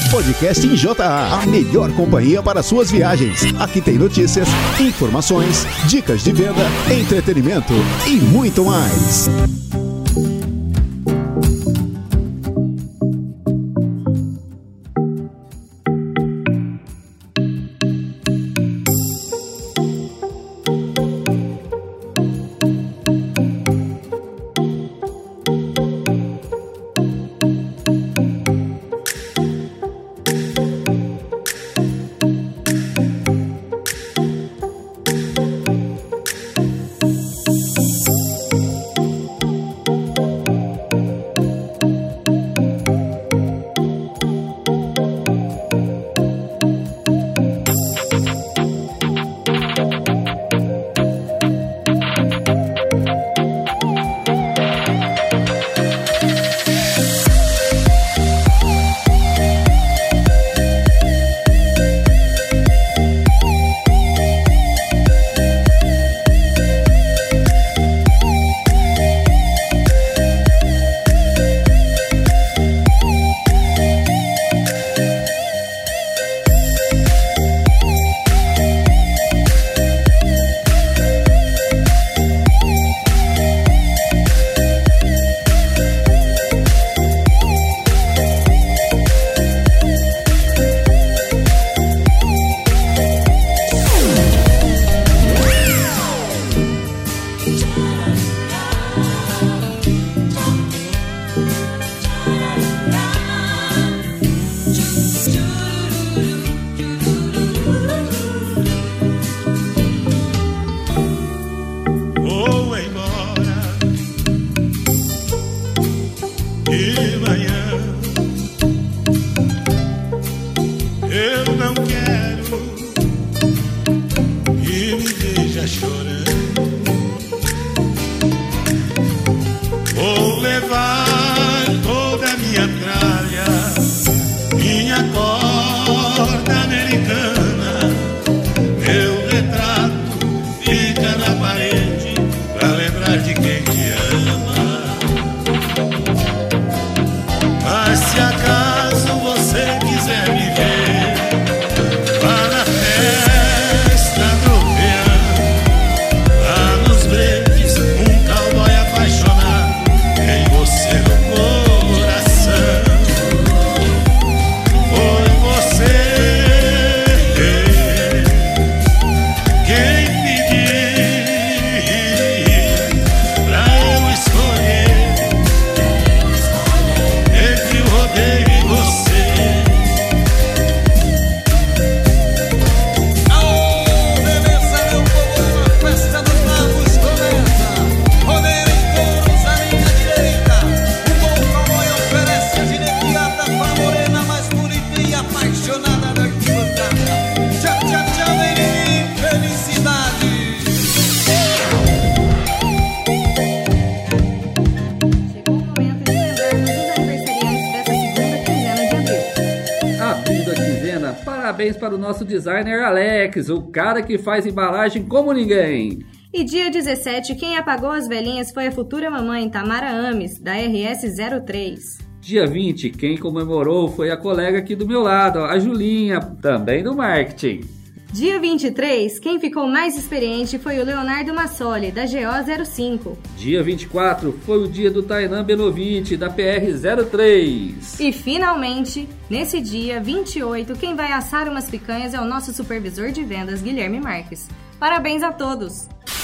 Podcast em JA, a melhor companhia para suas viagens. Aqui tem notícias, informações, dicas de venda, entretenimento e muito mais. Parabéns para o nosso designer Alex, o cara que faz embalagem como ninguém. E dia 17, quem apagou as velhinhas foi a futura mamãe Tamara Ames, da RS03. Dia 20, quem comemorou foi a colega aqui do meu lado, a Julinha, também do marketing. Dia 23, quem ficou mais experiente foi o Leonardo Massoli, da GO05. Dia 24, foi o dia do Tainan Benovitch, da PR03. E finalmente, nesse dia 28, quem vai assar umas picanhas é o nosso supervisor de vendas, Guilherme Marques. Parabéns a todos!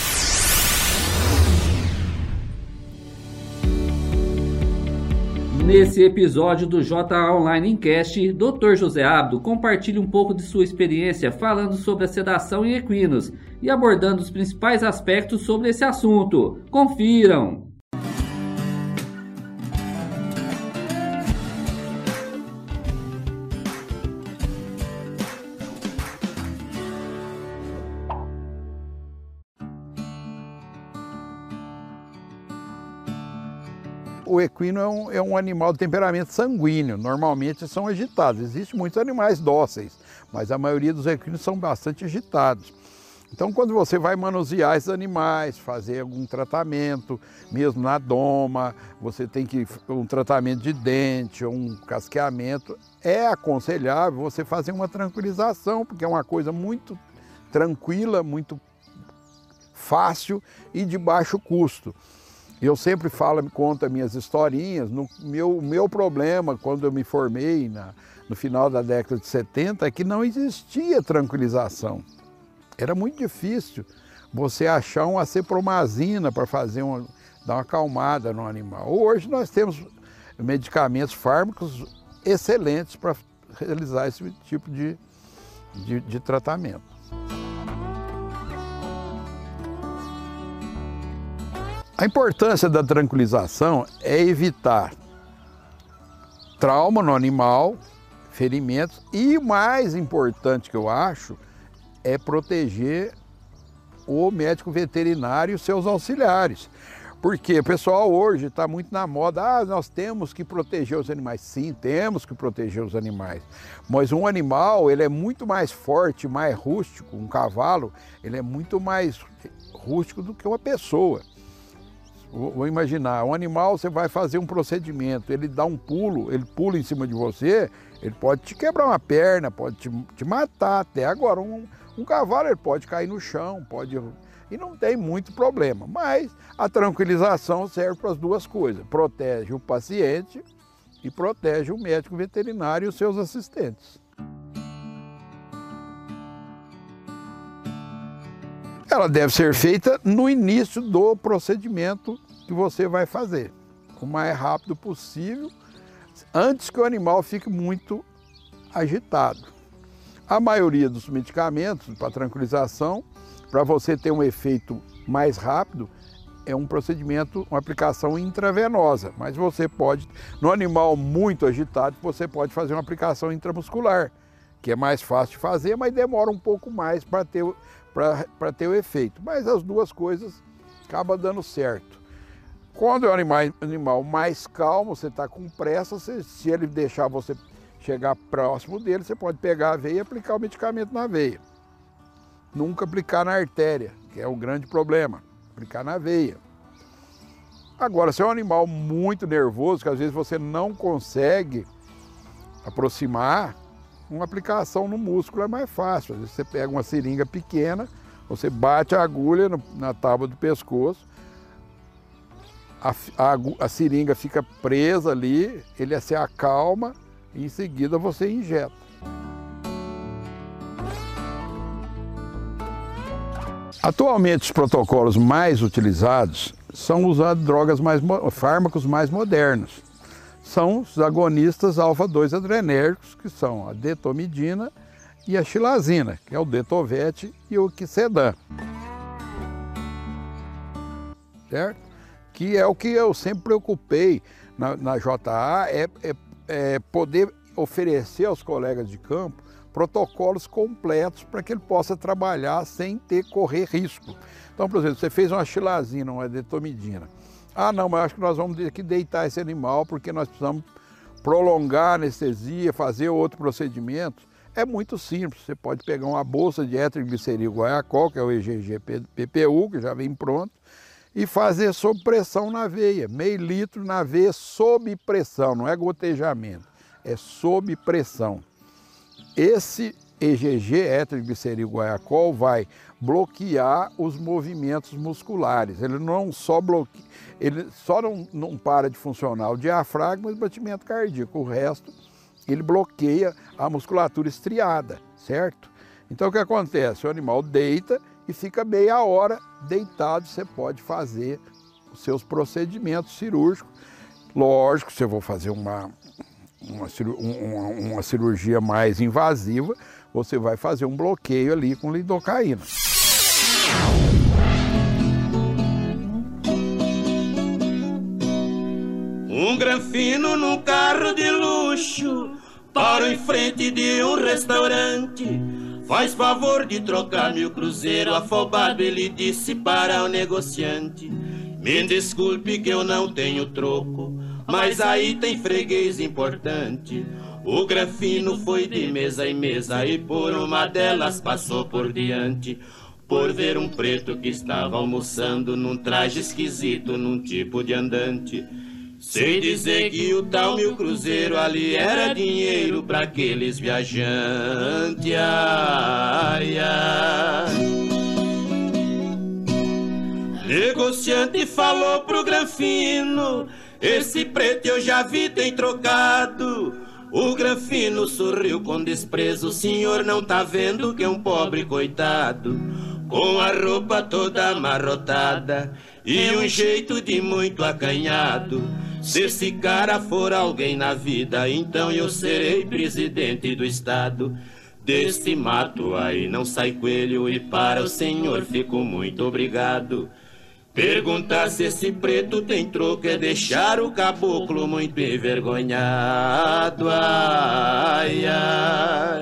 Nesse episódio do JA Online Encast, Dr. José Abdo compartilha um pouco de sua experiência falando sobre a sedação em equinos e abordando os principais aspectos sobre esse assunto. Confiram! O equino é um animal de temperamento sanguíneo, normalmente são agitados. Existem muitos animais dóceis, mas a maioria dos equinos são bastante agitados. Então, quando você vai manusear esses animais, fazer algum tratamento, mesmo na doma, você tem que um tratamento de dente ou um casqueamento, é aconselhável você fazer uma tranquilização, porque é uma coisa muito tranquila, muito fácil e de baixo custo. Eu sempre conto minhas historinhas. O meu problema, quando eu me formei no final da década de 70, é que não existia tranquilização. Era muito difícil você achar uma cepromazina para dar uma acalmada no animal. Hoje nós temos medicamentos, fármacos excelentes para realizar esse tipo de tratamento. A importância da tranquilização é evitar trauma no animal, ferimentos e, o mais importante que eu acho, é proteger o médico veterinário e os seus auxiliares. Porque o pessoal hoje está muito na moda, nós temos que proteger os animais. Sim, temos que proteger os animais. Mas um animal, ele é muito mais forte, mais rústico, um cavalo, ele é muito mais rústico do que uma pessoa. Vou imaginar, um animal, você vai fazer um procedimento, ele dá um pulo, ele pula em cima de você, ele pode te quebrar uma perna, pode te matar até. Agora, um cavalo, ele pode cair no chão, e não tem muito problema. Mas a tranquilização serve para as duas coisas, protege o paciente e protege o médico veterinário e os seus assistentes. Ela deve ser feita no início do procedimento que você vai fazer, o mais rápido possível, antes que o animal fique muito agitado. A maioria dos medicamentos para tranquilização, para você ter um efeito mais rápido, é um procedimento, uma aplicação intravenosa, mas você pode, no animal muito agitado, você pode fazer uma aplicação intramuscular, que é mais fácil de fazer, mas demora um pouco mais para ter o efeito. Mas as duas coisas acabam dando certo. Quando é um animal mais calmo, você está com pressa, se ele deixar você chegar próximo dele, você pode pegar a veia e aplicar o medicamento na veia. Nunca aplicar na artéria, que é o grande problema, aplicar na veia. Agora, se é um animal muito nervoso, que às vezes você não consegue aproximar, uma aplicação no músculo é mais fácil. Às vezes você pega uma seringa pequena, você bate a agulha na tábua do pescoço, a seringa fica presa ali, ele se acalma e em seguida você injeta. Atualmente os protocolos mais utilizados são usados fármacos mais modernos. São os agonistas alfa-2 adrenérgicos, que são a detomidina e a xilazina, que é o Detovete e o Quisedan. Certo? Que é o que eu sempre preocupei na JA, é poder oferecer aos colegas de campo protocolos completos para que ele possa trabalhar sem correr risco. Então, por exemplo, você fez uma xilazina, uma detomidina. Não, mas acho que nós vamos ter que deitar esse animal porque nós precisamos prolongar a anestesia, fazer outro procedimento. É muito simples, você pode pegar uma bolsa de éter-gliceril guaiacol, que é o EGG-PPU, que já vem pronto, e fazer sob pressão na veia, meio litro na veia sob pressão, não é gotejamento, é sob pressão. Esse EGG, éter-gliceril guaiacol, vai bloquear os movimentos musculares. Ele só não para de funcionar o diafragma e o batimento cardíaco. O resto, ele bloqueia a musculatura estriada, certo? Então o que acontece? O animal deita e fica meia hora deitado. Você pode fazer os seus procedimentos cirúrgicos. Lógico, se eu vou fazer uma cirurgia mais invasiva, você vai fazer um bloqueio ali com lidocaína. Um granfino num carro de luxo parou em frente de um restaurante. Faz favor de trocar meu cruzeiro. Afobado ele disse para o negociante: me desculpe que eu não tenho troco, mas aí tem freguês importante. O granfino foi de mesa em mesa e por uma delas passou por diante. por ver um preto que estava almoçando num traje esquisito, num tipo de andante. Sei dizer que o tal 1000 cruzeiro ali era dinheiro pra aqueles viajantes. Ai, ai. Negociante falou pro Granfino: esse preto eu já vi, tem trocado. O Granfino sorriu com desprezo: o senhor não tá vendo que é um pobre coitado, com a roupa toda amarrotada e um jeito de muito acanhado. Se esse cara for alguém na vida, então eu serei presidente do estado. Desse mato aí não sai coelho, e para o senhor fico muito obrigado. Perguntar se esse preto tem troco é deixar o caboclo muito envergonhado. Ai, ai.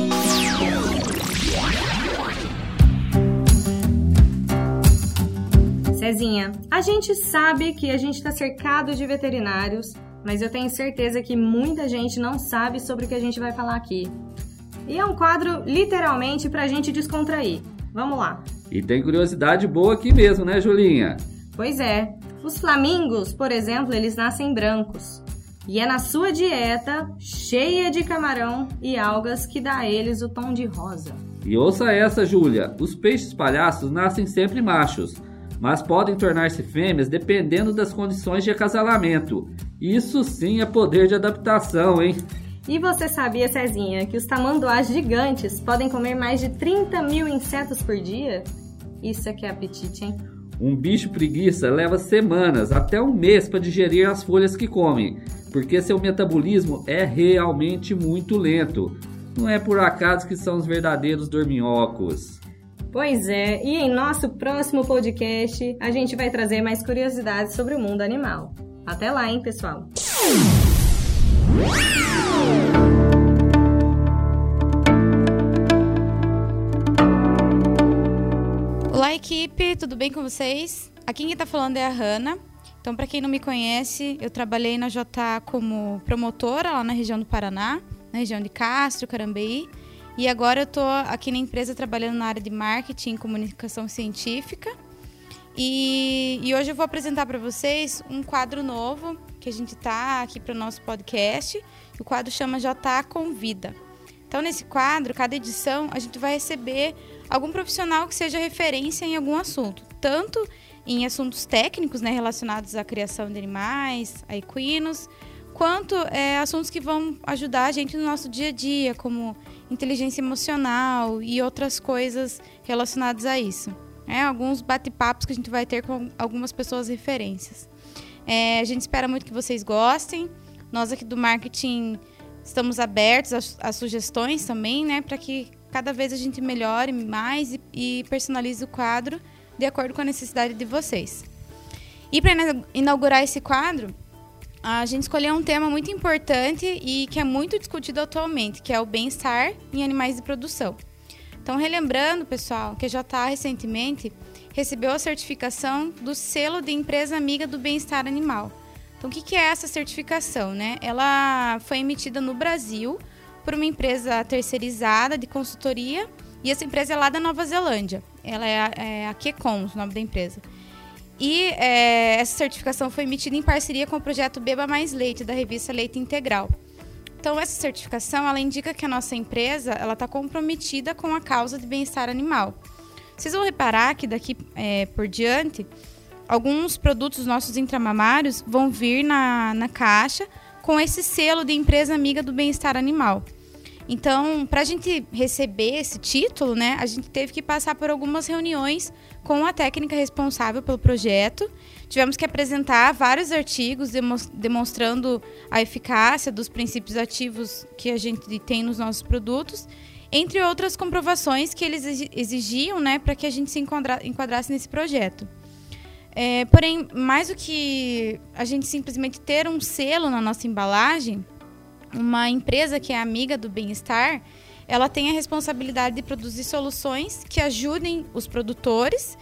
Cezinha, a gente sabe que a gente está cercado de veterinários, mas eu tenho certeza que muita gente não sabe sobre o que a gente vai falar aqui. E é um quadro literalmente pra gente descontrair. Vamos lá. E tem curiosidade boa aqui mesmo, né, Julinha? Pois é. Os flamingos, por exemplo, eles nascem brancos. E é na sua dieta, cheia de camarão e algas, que dá a eles o tom de rosa. E ouça essa, Júlia. Os peixes palhaços nascem sempre machos, mas podem tornar-se fêmeas dependendo das condições de acasalamento. Isso sim é poder de adaptação, hein? E você sabia, Cezinha, que os tamanduás gigantes podem comer mais de 30 mil insetos por dia? Isso é que é apetite, hein? Um bicho preguiça leva semanas, até um mês para digerir as folhas que comem, porque seu metabolismo é realmente muito lento. Não é por acaso que são os verdadeiros dorminhocos. Pois é, e em nosso próximo podcast a gente vai trazer mais curiosidades sobre o mundo animal. Até lá, hein, pessoal? Olá, equipe, tudo bem com vocês? Aqui quem tá falando é a Hanna. Então, para quem não me conhece, eu trabalhei na JA como promotora lá na região do Paraná, na região de Castro, Carambeí. E agora eu tô aqui na empresa trabalhando na área de marketing e comunicação científica. E hoje eu vou apresentar para vocês um quadro novo que a gente tá aqui para o nosso podcast. O quadro chama JA Convida. Então, nesse quadro, cada edição, a gente vai receber algum profissional que seja referência em algum assunto. Tanto em assuntos técnicos, né, relacionados à criação de animais, a equinos, quanto assuntos que vão ajudar a gente no nosso dia a dia, como inteligência emocional e outras coisas relacionadas a isso. Alguns bate-papos que a gente vai ter com algumas pessoas referências. A gente espera muito que vocês gostem. Nós aqui do marketing estamos abertos a sugestões também, né, para que cada vez a gente melhore mais e personalize o quadro de acordo com a necessidade de vocês. E para inaugurar esse quadro, a gente escolheu um tema muito importante e que é muito discutido atualmente, que é o bem-estar em animais de produção. Então, relembrando, pessoal, que a JA recentemente recebeu a certificação do selo de empresa amiga do bem-estar animal. Então, o que é essa certificação, né? Ela foi emitida no Brasil por uma empresa terceirizada de consultoria, e essa empresa é lá da Nova Zelândia. Ela é a Quecons, o nome da empresa. E essa certificação foi emitida em parceria com o projeto Beba Mais Leite, da revista Leite Integral. Então, essa certificação, ela indica que a nossa empresa está comprometida com a causa de bem-estar animal. Vocês vão reparar que daqui por diante, alguns produtos nossos intramamários vão vir na caixa com esse selo de empresa amiga do bem-estar animal. Então, para a gente receber esse título, né, a gente teve que passar por algumas reuniões com a técnica responsável pelo projeto. Tivemos que apresentar vários artigos demonstrando a eficácia dos princípios ativos que a gente tem nos nossos produtos, entre outras comprovações que eles exigiam, né, para que a gente se enquadrasse nesse projeto. Porém, mais do que a gente simplesmente ter um selo na nossa embalagem, uma empresa que é amiga do bem-estar, ela tem a responsabilidade de produzir soluções que ajudem os produtores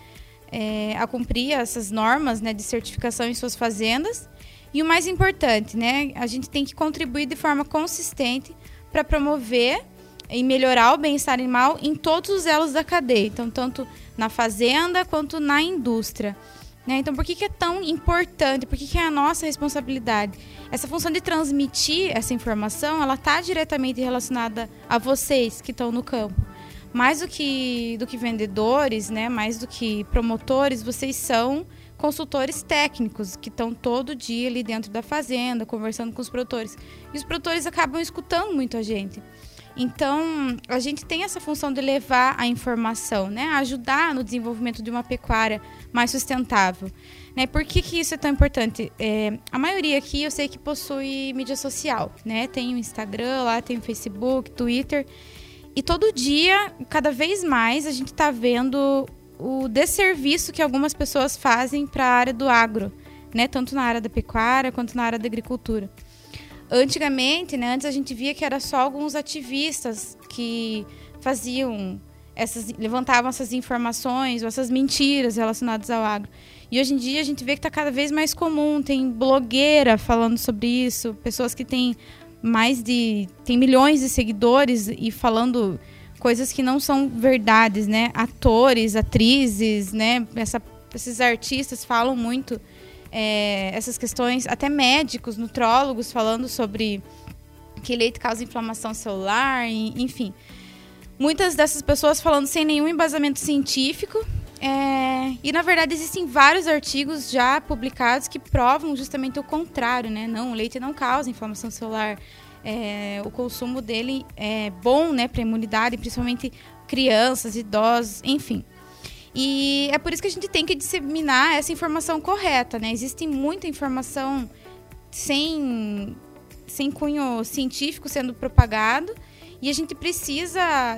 a cumprir essas normas, né, de certificação em suas fazendas. E o mais importante, né, a gente tem que contribuir de forma consistente para promover em melhorar o bem-estar animal em todos os elos da cadeia, então tanto na fazenda quanto na indústria. Né? Então, por que é tão importante? Por que é a nossa responsabilidade? Essa função de transmitir essa informação, ela está diretamente relacionada a vocês que estão no campo. Mais do que vendedores, né? Mais do que promotores, vocês são consultores técnicos que estão todo dia ali dentro da fazenda, conversando com os produtores. E os produtores acabam escutando muito a gente. Então, a gente tem essa função de levar a informação, né? Ajudar no desenvolvimento de uma pecuária mais sustentável. Né? Por que isso é tão importante? A maioria aqui eu sei que possui mídia social, né? Tem o Instagram, lá tem o Facebook, Twitter. E todo dia, cada vez mais, a gente está vendo o desserviço que algumas pessoas fazem para a área do agro, né? Tanto na área da pecuária quanto na área da agricultura. Antigamente, né, antes a gente via que era só alguns ativistas que levantavam essas informações ou essas mentiras relacionadas ao agro. E hoje em dia a gente vê que está cada vez mais comum, tem blogueira falando sobre isso, pessoas que têm milhões de seguidores e falando coisas que não são verdades, né? Atores, atrizes, né? Esses artistas falam muito essas questões, até médicos, nutrólogos falando sobre que leite causa inflamação celular, enfim. Muitas dessas pessoas falando sem nenhum embasamento científico. E, na verdade, existem vários artigos já publicados que provam justamente o contrário, né? Não, o leite não causa inflamação celular. O consumo dele é bom, né, para a imunidade, principalmente crianças, idosos, enfim. E é por isso que a gente tem que disseminar essa informação correta, né? Existe muita informação sem cunho científico sendo propagado e a gente precisa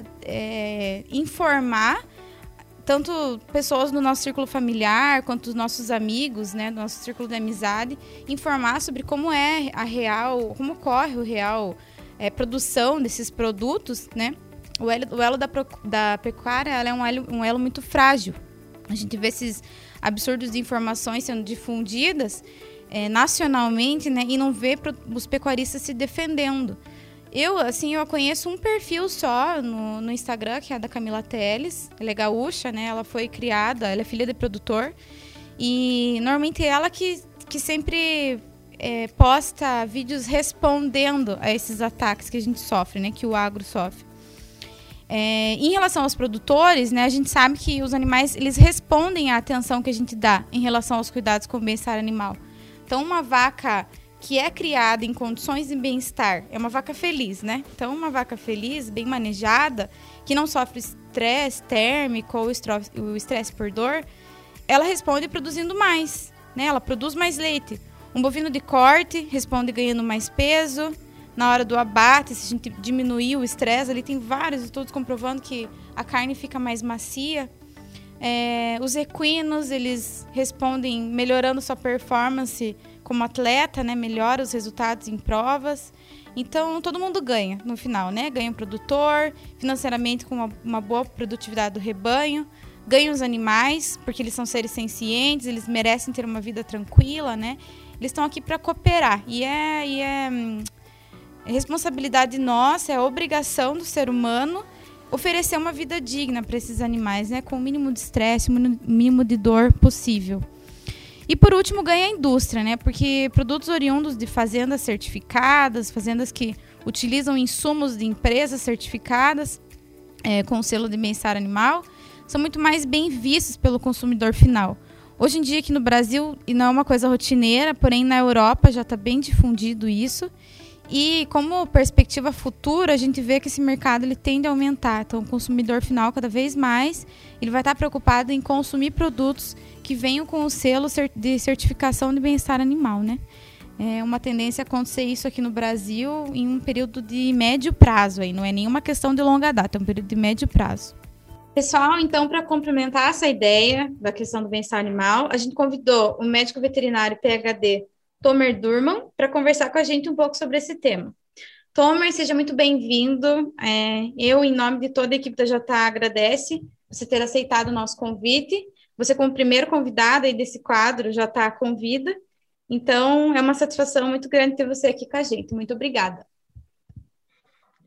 informar tanto pessoas do nosso círculo familiar quanto os nossos amigos, né, do nosso círculo de amizade, informar sobre como como ocorre o real produção desses produtos, né? O elo da pecuária ela é um elo muito frágil. A gente vê esses absurdos de informações sendo difundidas nacionalmente, né, e não vê os pecuaristas se defendendo. Eu conheço um perfil só no Instagram, que é a da Camila Teles. Ela é gaúcha, né? Ela foi criada, ela é filha de produtor. E normalmente é ela que sempre posta vídeos respondendo a esses ataques que a gente sofre, né? Que o agro sofre. Em relação aos produtores, né? A gente sabe que os animais, eles respondem à atenção que a gente dá em relação aos cuidados com o bem-estar animal. Então, uma vaca que é criada em condições de bem-estar, é uma vaca feliz, né? Então, uma vaca feliz, bem manejada, que não sofre estresse térmico ou o estresse por dor, ela responde produzindo mais, né? Ela produz mais leite. Um bovino de corte responde ganhando mais peso. Na hora do abate, se a gente diminuir o estresse, ali tem vários estudos comprovando que a carne fica mais macia. Os equinos, eles respondem melhorando sua performance como atleta, né? Melhora os resultados em provas. Então, todo mundo ganha no final, né? Ganha o produtor, financeiramente com uma boa produtividade do rebanho. Ganha os animais, porque eles são seres sencientes, eles merecem ter uma vida tranquila, né? Eles estão aqui para cooperar. E é responsabilidade nossa, é obrigação do ser humano oferecer uma vida digna para esses animais, né? Com o mínimo de estresse, o mínimo de dor possível. E por último, ganha a indústria, né? Porque produtos oriundos de fazendas certificadas, fazendas que utilizam insumos de empresas certificadas com o selo de bem-estar animal, são muito mais bem vistos pelo consumidor final. Hoje em dia aqui no Brasil, e não é uma coisa rotineira, porém na Europa já está bem difundido isso. E como perspectiva futura, a gente vê que esse mercado ele tende a aumentar. Então, o consumidor final, cada vez mais, ele vai estar preocupado em consumir produtos que venham com o selo de certificação de bem-estar animal, né? É uma tendência a acontecer isso aqui no Brasil em um período de médio prazo. Aí. Não é nenhuma questão de longa data, é um período de médio prazo. Pessoal, então, para complementar essa ideia da questão do bem-estar animal, a gente convidou o médico veterinário PhD Tomer Durman para conversar com a gente um pouco sobre esse tema. Tomer, seja muito bem-vindo. Eu, em nome de toda a equipe da JA, agradece você ter aceitado o nosso convite. Você, como primeiro convidado aí desse quadro, JA Convida. Então, é uma satisfação muito grande ter você aqui com a gente. Muito obrigada. Eu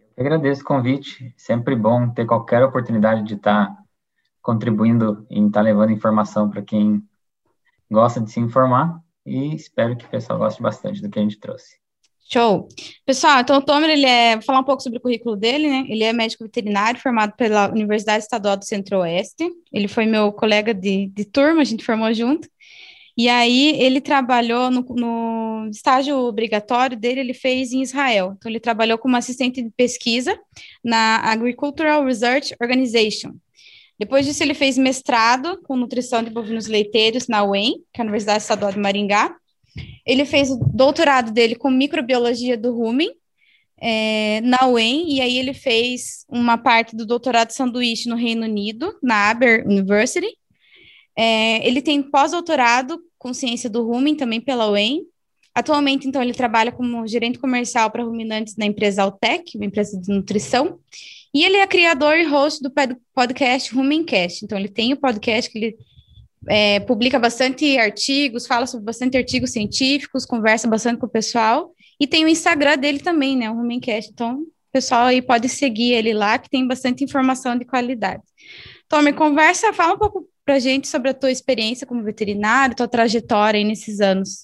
Eu agradeço o convite, sempre bom ter qualquer oportunidade de estar contribuindo e estar levando informação para quem gosta de se informar, e espero que o pessoal goste bastante do que a gente trouxe. Show. Pessoal, então o Tomer, vou falar um pouco sobre o currículo dele, né? Ele é médico veterinário formado pela Universidade Estadual do Centro-Oeste. Ele foi meu colega de turma, a gente formou junto. E aí ele trabalhou no estágio obrigatório dele, ele fez em Israel. Então ele trabalhou como assistente de pesquisa na Agricultural Research Organization. Depois disso ele fez mestrado com nutrição de bovinos leiteiros na UEM, que é a Universidade Estadual de Maringá. Ele fez o doutorado dele com microbiologia do rumen, na UEM, e aí ele fez uma parte do doutorado de sanduíche no Reino Unido, na Aber University. Ele tem pós-doutorado com ciência do rumen, também pela UEM. Atualmente, então, ele trabalha como gerente comercial para ruminantes na empresa Altec, uma empresa de nutrição. E ele é criador e host do podcast Rumencast. Então, ele tem o podcast que ele publica bastante artigos, fala sobre bastante artigos científicos, conversa bastante com o pessoal, e tem o Instagram dele também, né, o Rumencast. Então, o pessoal aí pode seguir ele lá, que tem bastante informação de qualidade. Tomer, fala um pouco pra gente sobre a tua experiência como veterinário, tua trajetória aí nesses anos.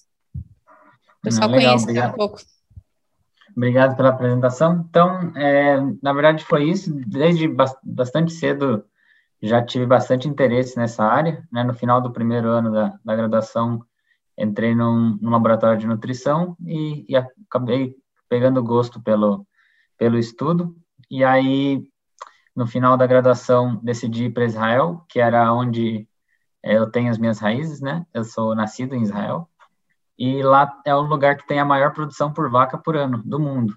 O pessoal conhece um pouco. Obrigado pela apresentação. Então, na verdade foi isso, desde bastante cedo já tive bastante interesse nessa área, né? No final do primeiro ano da graduação, entrei num laboratório de nutrição e acabei pegando gosto pelo estudo. E aí, no final da graduação, decidi ir para Israel, que era onde eu tenho as minhas raízes, né? Eu sou nascido em Israel. E lá é o lugar que tem a maior produção por vaca por ano do mundo.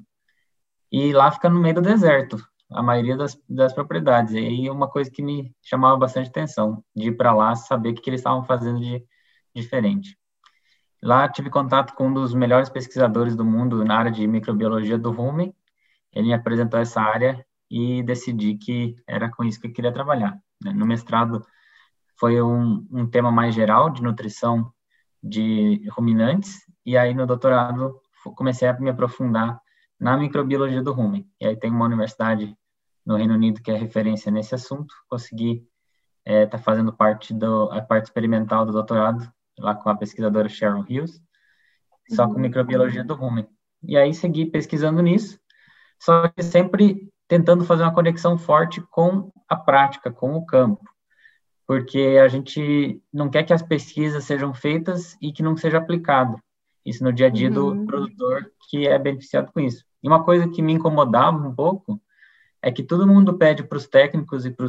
E lá fica no meio do deserto, a maioria das propriedades. E aí uma coisa que me chamava bastante atenção, de ir para lá, saber o que eles estavam fazendo de diferente. Lá tive contato com um dos melhores pesquisadores do mundo na área de microbiologia do rumen. Ele me apresentou essa área e decidi que era com isso que eu queria trabalhar. No mestrado foi um tema mais geral, de nutrição de ruminantes, e aí no doutorado comecei a me aprofundar na microbiologia do rumen. E aí tem uma universidade no Reino Unido que é referência nesse assunto, consegui estar fazendo a parte experimental do doutorado, lá com a pesquisadora Sharon Hughes, só com microbiologia do rumen. E aí segui pesquisando nisso, só que sempre tentando fazer uma conexão forte com a prática, com o campo, porque a gente não quer que as pesquisas sejam feitas e que não seja aplicado. Isso no dia a dia do produtor que é beneficiado com isso. E uma coisa que me incomodava um pouco é que todo mundo pede para os técnicos e para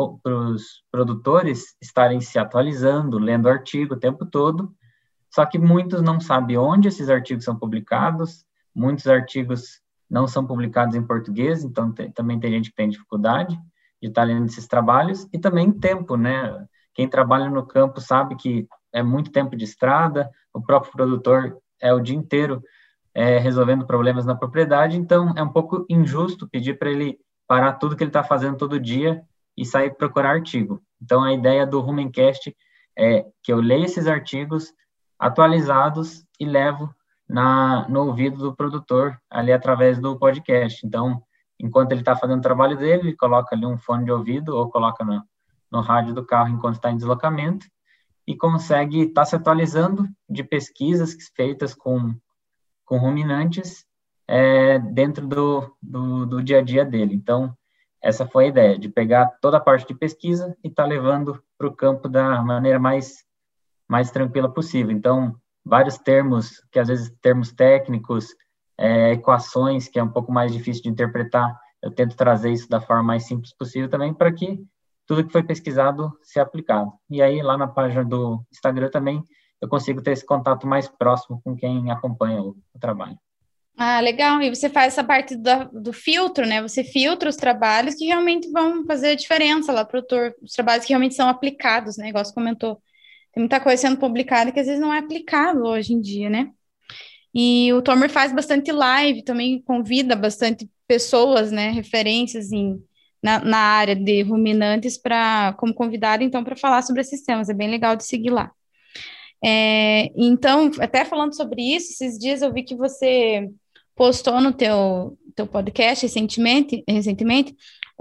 os produtores estarem se atualizando, lendo artigo o tempo todo, só que muitos não sabem onde esses artigos são publicados, muitos artigos não são publicados em português, então também tem gente que tem dificuldade de estar lendo esses trabalhos, e também tempo, né? Quem trabalha no campo sabe que é muito tempo de estrada, o próprio produtor é o dia inteiro resolvendo problemas na propriedade, então é um pouco injusto pedir para ele parar tudo que ele está fazendo todo dia e sair procurar artigo. Então a ideia do Rumencast é que eu leia esses artigos atualizados e levo no ouvido do produtor ali através do podcast. Então, enquanto ele está fazendo o trabalho dele, ele coloca ali um fone de ouvido ou coloca no rádio do carro enquanto está em deslocamento e consegue estar se atualizando de pesquisas feitas com ruminantes dentro do dia a dia dele. Então, essa foi a ideia, de pegar toda a parte de pesquisa e estar levando para o campo da maneira mais tranquila possível. Então, vários termos, que às vezes termos técnicos, equações, que é um pouco mais difícil de interpretar, eu tento trazer isso da forma mais simples possível também, para que tudo que foi pesquisado seja aplicado. E aí, lá na página do Instagram também, eu consigo ter esse contato mais próximo com quem acompanha o trabalho. Ah, legal. E você faz essa parte do filtro, né? Você filtra os trabalhos que realmente vão fazer a diferença lá para o produtor, os trabalhos que realmente são aplicados, né? Igual você comentou. Tem muita coisa sendo publicada que às vezes não é aplicável hoje em dia, né? E o Tomer faz bastante live, também convida bastante pessoas, né? Referências na área de ruminantes como convidado, então, para falar sobre esses temas. É bem legal de seguir lá. Então, até falando sobre isso, esses dias eu vi que você postou no teu podcast recentemente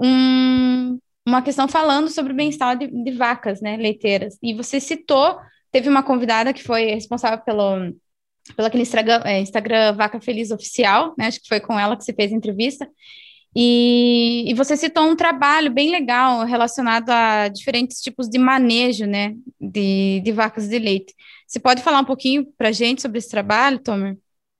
uma questão falando sobre o bem-estar de vacas, né, leiteiras. E você citou, teve uma convidada que foi responsável pelo aquele Instagram Vaca Feliz Oficial, né, acho que foi com ela que você fez a entrevista, e você citou um trabalho bem legal relacionado a diferentes tipos de manejo, né, de vacas de leite. Você pode falar um pouquinho para a gente sobre esse trabalho, Tomer?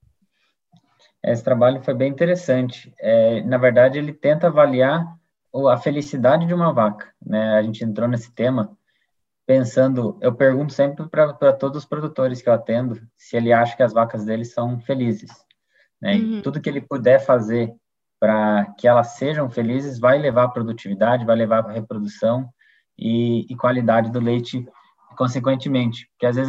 Esse trabalho foi bem interessante. Na verdade, ele tenta avaliar a felicidade de uma vaca, né? A gente entrou nesse tema pensando, eu pergunto sempre para todos os produtores que eu atendo se ele acha que as vacas deles são felizes, né? Uhum. E tudo que ele puder fazer para que elas sejam felizes vai levar a produtividade, vai levar a reprodução e qualidade do leite, consequentemente. Porque às vezes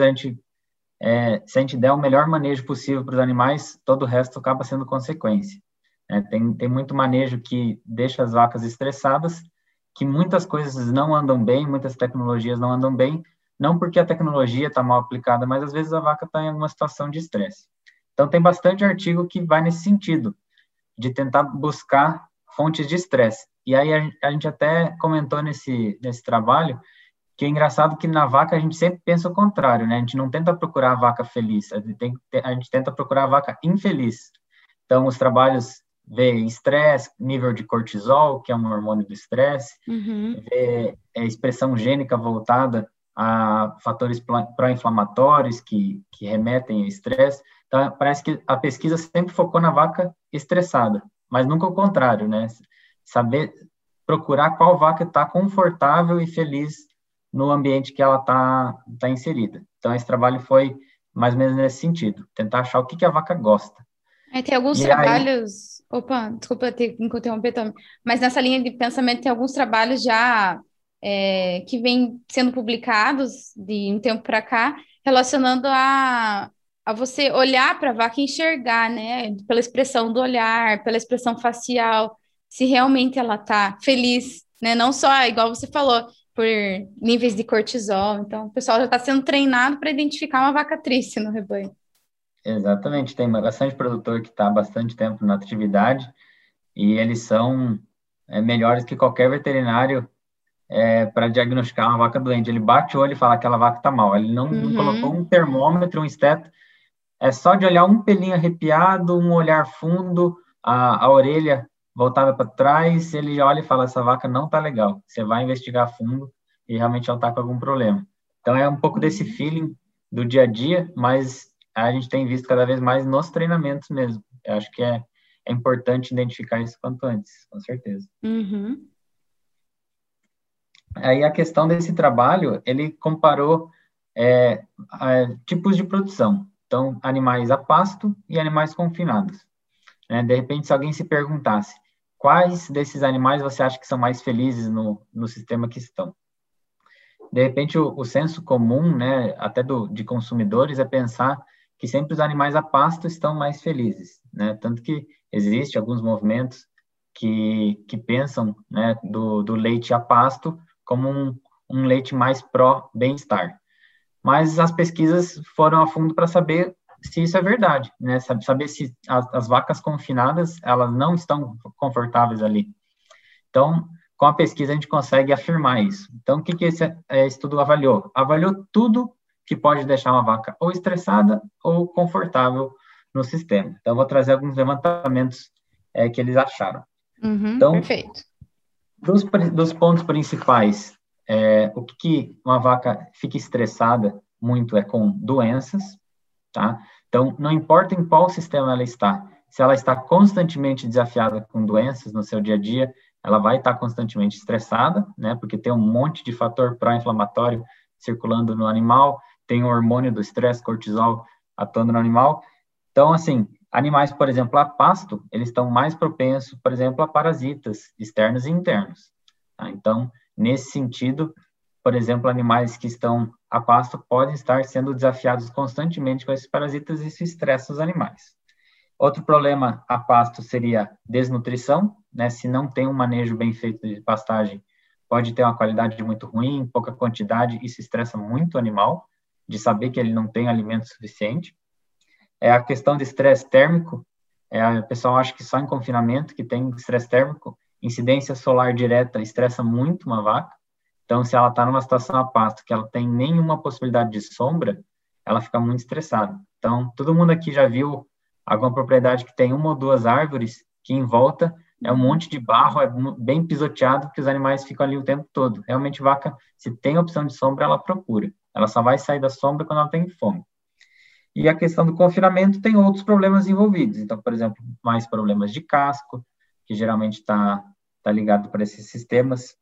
se a gente der o melhor manejo possível para os animais, todo o resto acaba sendo consequência. Tem muito manejo que deixa as vacas estressadas, que muitas coisas não andam bem, muitas tecnologias não andam bem, não porque a tecnologia está mal aplicada, mas às vezes a vaca está em alguma situação de estresse. Então tem bastante artigo que vai nesse sentido, de tentar buscar fontes de estresse. E aí a gente até comentou nesse trabalho que é engraçado que na vaca a gente sempre pensa o contrário, né? A gente não tenta procurar a vaca feliz, a gente tenta procurar a vaca infeliz. Então, os trabalhos vê estresse, nível de cortisol, que é um hormônio do estresse, vê expressão gênica voltada a fatores pró-inflamatórios que remetem ao estresse. Então, parece que a pesquisa sempre focou na vaca estressada, mas nunca o contrário, né? Saber procurar qual vaca está confortável e feliz no ambiente que ela está inserida. Então, esse trabalho foi mais ou menos nesse sentido, tentar achar o que a vaca gosta. Tem alguns trabalhos... Opa, desculpa te interromper, Tom, mas nessa linha de pensamento tem alguns trabalhos já que vêm sendo publicados de um tempo para cá, relacionando a você olhar para a vaca e enxergar, né, pela expressão do olhar, pela expressão facial, se realmente ela está feliz, né, não só, igual você falou, por níveis de cortisol. Então, o pessoal já está sendo treinado para identificar uma vaca triste no rebanho. Exatamente. Tem bastante produtor que está há bastante tempo na atividade e eles são melhores que qualquer veterinário para diagnosticar uma vaca doente. Ele bate o olho e fala que aquela vaca está mal. Ele não colocou um termômetro, um esteto. É só de olhar um pelinho arrepiado, um olhar fundo, a orelha voltada para trás, ele olha e fala, essa vaca não está legal. Você vai investigar a fundo e realmente ela está com algum problema. Então, é um pouco desse feeling do dia a dia, mas a gente tem visto cada vez mais nos treinamentos mesmo. Eu acho que é importante identificar isso quanto antes, com certeza. Aí, a questão desse trabalho, ele comparou tipos de produção. Então, animais a pasto e animais confinados. De repente, se alguém se perguntasse, quais desses animais você acha que são mais felizes no sistema que estão? De repente, o senso comum, né, até de consumidores, é pensar que sempre os animais a pasto estão mais felizes, né? Tanto que existem alguns movimentos que pensam, né, do leite a pasto como um leite mais pró-bem-estar. Mas as pesquisas foram a fundo para saber se isso é verdade, né? Saber se as vacas confinadas, elas não estão confortáveis ali. Então, com a pesquisa, a gente consegue afirmar isso. Então, o que esse estudo avaliou? Avaliou tudo que pode deixar uma vaca ou estressada ou confortável no sistema. Então, eu vou trazer alguns levantamentos que eles acharam. Então, perfeito. Dos pontos principais, o que uma vaca fica estressada muito é com doenças, tá? Então, não importa em qual sistema ela está, se ela está constantemente desafiada com doenças no seu dia a dia, ela vai estar constantemente estressada, né? Porque tem um monte de fator pró-inflamatório circulando no animal, tem o hormônio do estresse, cortisol, atuando no animal. Então, assim, animais, por exemplo, a pasto, eles estão mais propensos, por exemplo, a parasitas externos e internos, tá? Então, nesse sentido, por exemplo, animais que estão a pasto podem estar sendo desafiados constantemente com esses parasitas e isso estressa os animais. Outro problema a pasto seria desnutrição, né? Se não tem um manejo bem feito de pastagem, pode ter uma qualidade muito ruim, pouca quantidade, isso estressa muito o animal, de saber que ele não tem alimento suficiente. A questão de estresse térmico, O pessoal acha que só em confinamento que tem estresse térmico, incidência solar direta estressa muito uma vaca. Então, se ela está numa situação a pasto que ela tem nenhuma possibilidade de sombra, ela fica muito estressada. Então, todo mundo aqui já viu alguma propriedade que tem uma ou duas árvores que em volta é um monte de barro, é bem pisoteado, porque os animais ficam ali o tempo todo. Realmente, vaca, se tem opção de sombra, ela procura. Ela só vai sair da sombra quando ela tem fome. E a questão do confinamento tem outros problemas envolvidos. Então, por exemplo, mais problemas de casco, que geralmente está ligado para esses sistemas.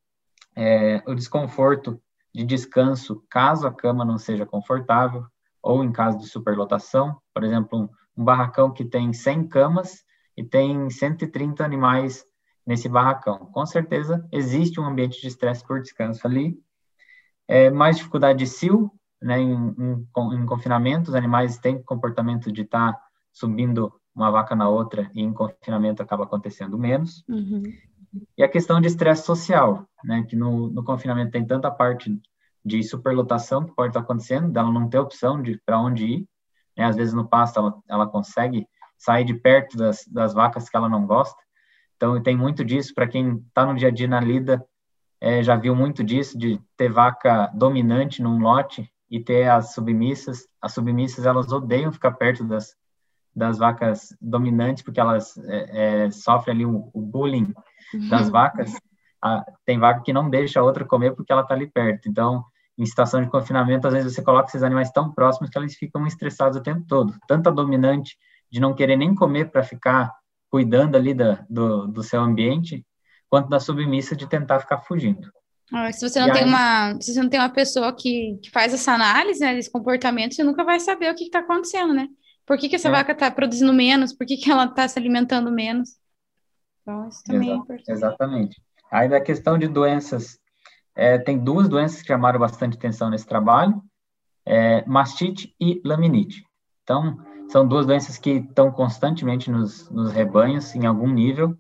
O desconforto de descanso, caso a cama não seja confortável, ou em caso de superlotação. Por exemplo, um barracão que tem 100 camas e tem 130 animais nesse barracão. Com certeza, existe um ambiente de estresse por descanso ali. Mais dificuldade de cio, né, em confinamento, os animais têm comportamento de estar subindo uma vaca na outra, e em confinamento acaba acontecendo menos. Uhum. E a questão de estresse social, né, que no confinamento tem tanta parte de superlotação que pode estar acontecendo, dela não ter opção de para onde ir, né, às vezes no pasto ela consegue sair de perto das vacas que ela não gosta. Então, tem muito disso, para quem está no dia a dia na lida, já viu muito disso, de ter vaca dominante num lote e ter as submissas. As submissas, elas odeiam ficar perto das vacas dominantes, porque elas sofrem ali o bullying das vacas. Tem vaca que não deixa a outra comer porque ela está ali perto. Então, em situação de confinamento, às vezes você coloca esses animais tão próximos que eles ficam estressados o tempo todo. Tanto a dominante de não querer nem comer para ficar cuidando ali do seu ambiente, quanto da submissa de tentar ficar fugindo. Se você não tem uma pessoa que faz essa análise, né, desse comportamento, você nunca vai saber o que está acontecendo, né? Por que essa vaca está produzindo menos? Por que ela está se alimentando menos? Então, isso também é importante. Exatamente. Aí, da questão de doenças, tem duas doenças que chamaram bastante atenção nesse trabalho, mastite e laminite. Então, são duas doenças que estão constantemente nos rebanhos, em algum nível,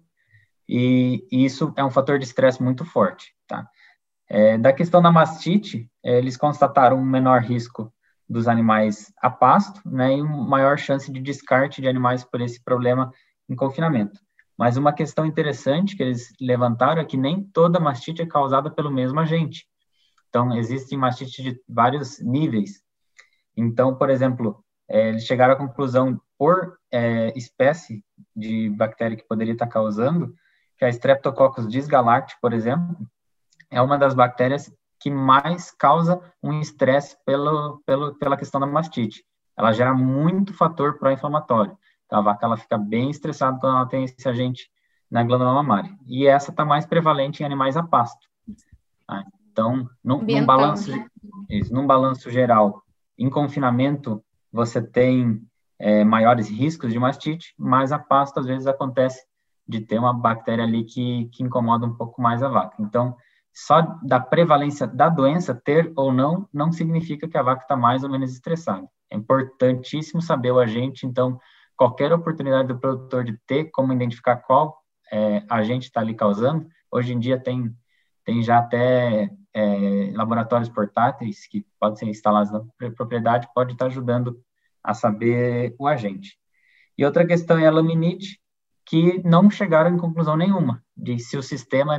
e isso é um fator de estresse muito forte, tá? Da questão da mastite, eles constataram um menor risco dos animais a pasto, né, e uma maior chance de descarte de animais por esse problema em confinamento. Mas uma questão interessante que eles levantaram é que nem toda mastite é causada pelo mesmo agente. Então, existem mastites de vários níveis. Então, por exemplo, eles chegaram à conclusão, por espécie de bactéria que poderia estar causando, que a Streptococcus dysgalacti, por exemplo, é uma das bactérias que mais causa um estresse pela questão da mastite. Ela gera muito fator pró-inflamatório. Então, a vaca ela fica bem estressada quando ela tem esse agente na glândula mamária. E essa está mais prevalente em animais a pasto. Tá? Então, num balanço geral, em confinamento, você tem maiores riscos de mastite, mas a pasto, às vezes, acontece de ter uma bactéria ali que incomoda um pouco mais a vaca. Então, só da prevalência da doença, ter ou não significa que a vaca está mais ou menos estressada. É importantíssimo saber o agente, então, qualquer oportunidade do produtor de ter como identificar qual agente está ali causando, hoje em dia tem já até laboratórios portáteis que podem ser instalados na propriedade, pode estar ajudando a saber o agente. E outra questão é a laminite, que não chegaram em conclusão nenhuma de se o sistema é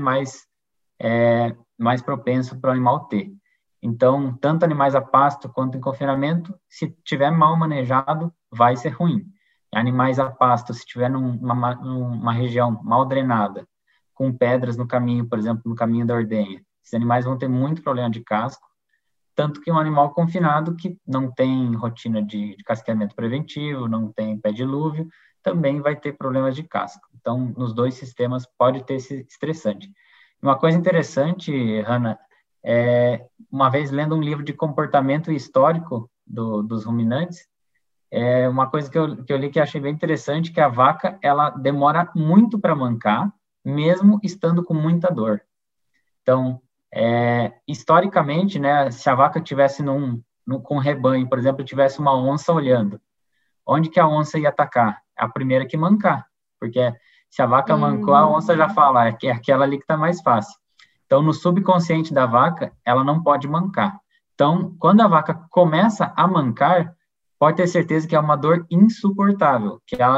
mais propenso para o animal ter. Então, tanto animais a pasto quanto em confinamento, se tiver mal manejado, vai ser ruim. Animais a pasto, se tiver numa região mal drenada, com pedras no caminho, por exemplo, no caminho da ordenha, esses animais vão ter muito problema de casco, tanto que um animal confinado que não tem rotina de casqueamento preventivo, não tem pé dilúvio, também vai ter problemas de casco. Então, nos dois sistemas pode ter esse estressante. Uma coisa interessante, Hanna, uma vez lendo um livro de comportamento histórico dos ruminantes, uma coisa que eu li que achei bem interessante, que a vaca, ela demora muito para mancar, mesmo estando com muita dor. Então, historicamente, né, se a vaca tivesse com um rebanho, por exemplo, tivesse uma onça olhando, onde que a onça ia atacar? A primeira que mancar, porque se a vaca mancou, a onça já fala, é aquela ali que está mais fácil. Então, no subconsciente da vaca, ela não pode mancar. Então, quando a vaca começa a mancar, pode ter certeza que é uma dor insuportável, que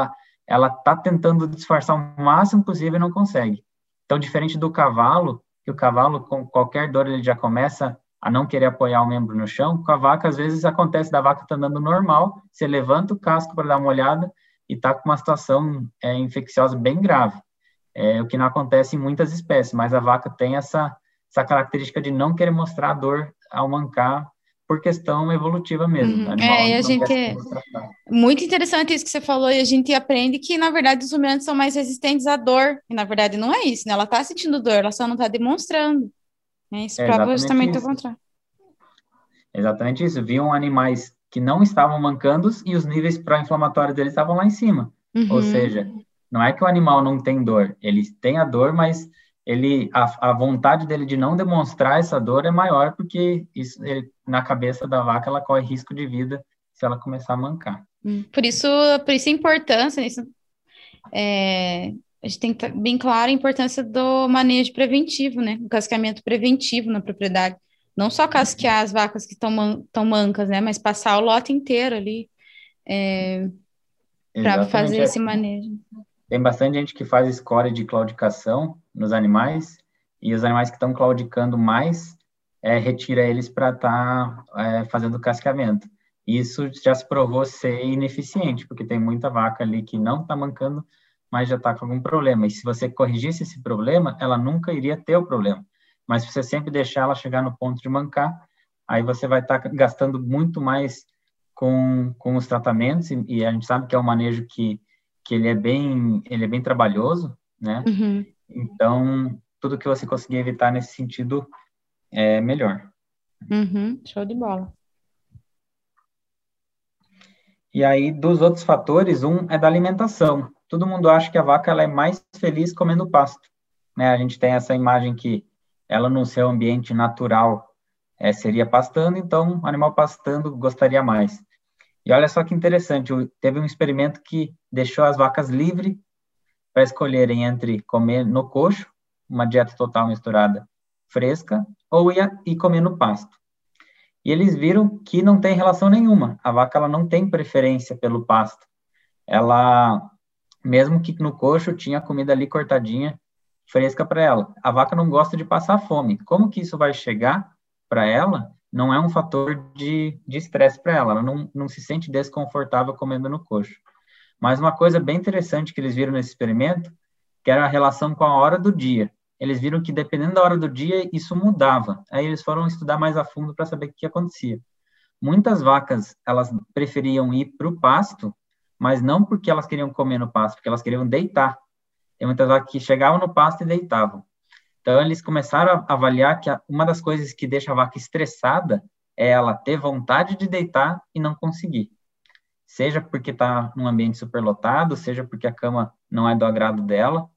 ela está tentando disfarçar o máximo possível e não consegue. Então, diferente do cavalo, que o cavalo, com qualquer dor, ele já começa a não querer apoiar o membro no chão, com a vaca, às vezes, acontece da vaca tá andando normal, você levanta o casco para dar uma olhada e está com uma situação infecciosa bem grave. O que não acontece em muitas espécies, mas a vaca tem essa característica de não querer mostrar a dor ao mancar por questão evolutiva mesmo. E a gente muito interessante isso que você falou, e a gente aprende que, na verdade, os ruminantes são mais resistentes à dor, e na verdade não é isso, né? Ela está sentindo dor, ela só não está demonstrando. Isso prova justamente o contrário. Exatamente isso. Viam animais que não estavam mancando e os níveis pró-inflamatórios deles estavam lá em cima. Ou seja, não é que o animal não tem dor, ele tem a dor, mas a vontade dele de não demonstrar essa dor é maior, porque na cabeça da vaca ela corre risco de vida se ela começar a mancar. Por isso a importância, a gente tem que estar bem claro a importância do manejo preventivo, né? O casqueamento preventivo na propriedade. Não só casquear as vacas que estão mancas, né? Mas passar o lote inteiro ali para fazer esse manejo. Tem bastante gente que faz escória de claudicação nos animais, e os animais que estão claudicando mais, retira eles para estar fazendo casqueamento. Isso já se provou ser ineficiente, porque tem muita vaca ali que não está mancando, mas já está com algum problema. E se você corrigisse esse problema, ela nunca iria ter o problema. Mas se você sempre deixar ela chegar no ponto de mancar, aí você vai estar gastando muito mais com os tratamentos, e a gente sabe que é um manejo que ele é bem trabalhoso, né? Então, tudo que você conseguir evitar nesse sentido é melhor. Show de bola. E aí, dos outros fatores, um é da alimentação. Todo mundo acha que a vaca ela é mais feliz comendo pasto, né? A gente tem essa imagem que ela, no seu ambiente natural, seria pastando, então, o animal pastando gostaria mais. E olha só que interessante, teve um experimento que deixou as vacas livres para escolherem entre comer no coxo, uma dieta total misturada fresca, ou ir comer no pasto. E eles viram que não tem relação nenhuma. A vaca ela não tem preferência pelo pasto. Ela, mesmo que no coxo, tinha comida ali cortadinha, fresca para ela. A vaca não gosta de passar fome. Como que isso vai chegar para ela? Não é um fator de estresse para ela. Ela não se sente desconfortável comendo no coxo. Mas uma coisa bem interessante que eles viram nesse experimento, que era a relação com a hora do dia. Eles viram que, dependendo da hora do dia, isso mudava. Aí eles foram estudar mais a fundo para saber o que acontecia. Muitas vacas, elas preferiam ir para o pasto, mas não porque elas queriam comer no pasto, porque elas queriam deitar. Tem muitas vacas que chegavam no pasto e deitavam. Então, eles começaram a avaliar que uma das coisas que deixa a vaca estressada é ela ter vontade de deitar e não conseguir. Seja porque está num ambiente superlotado, seja porque a cama não é do agrado dela.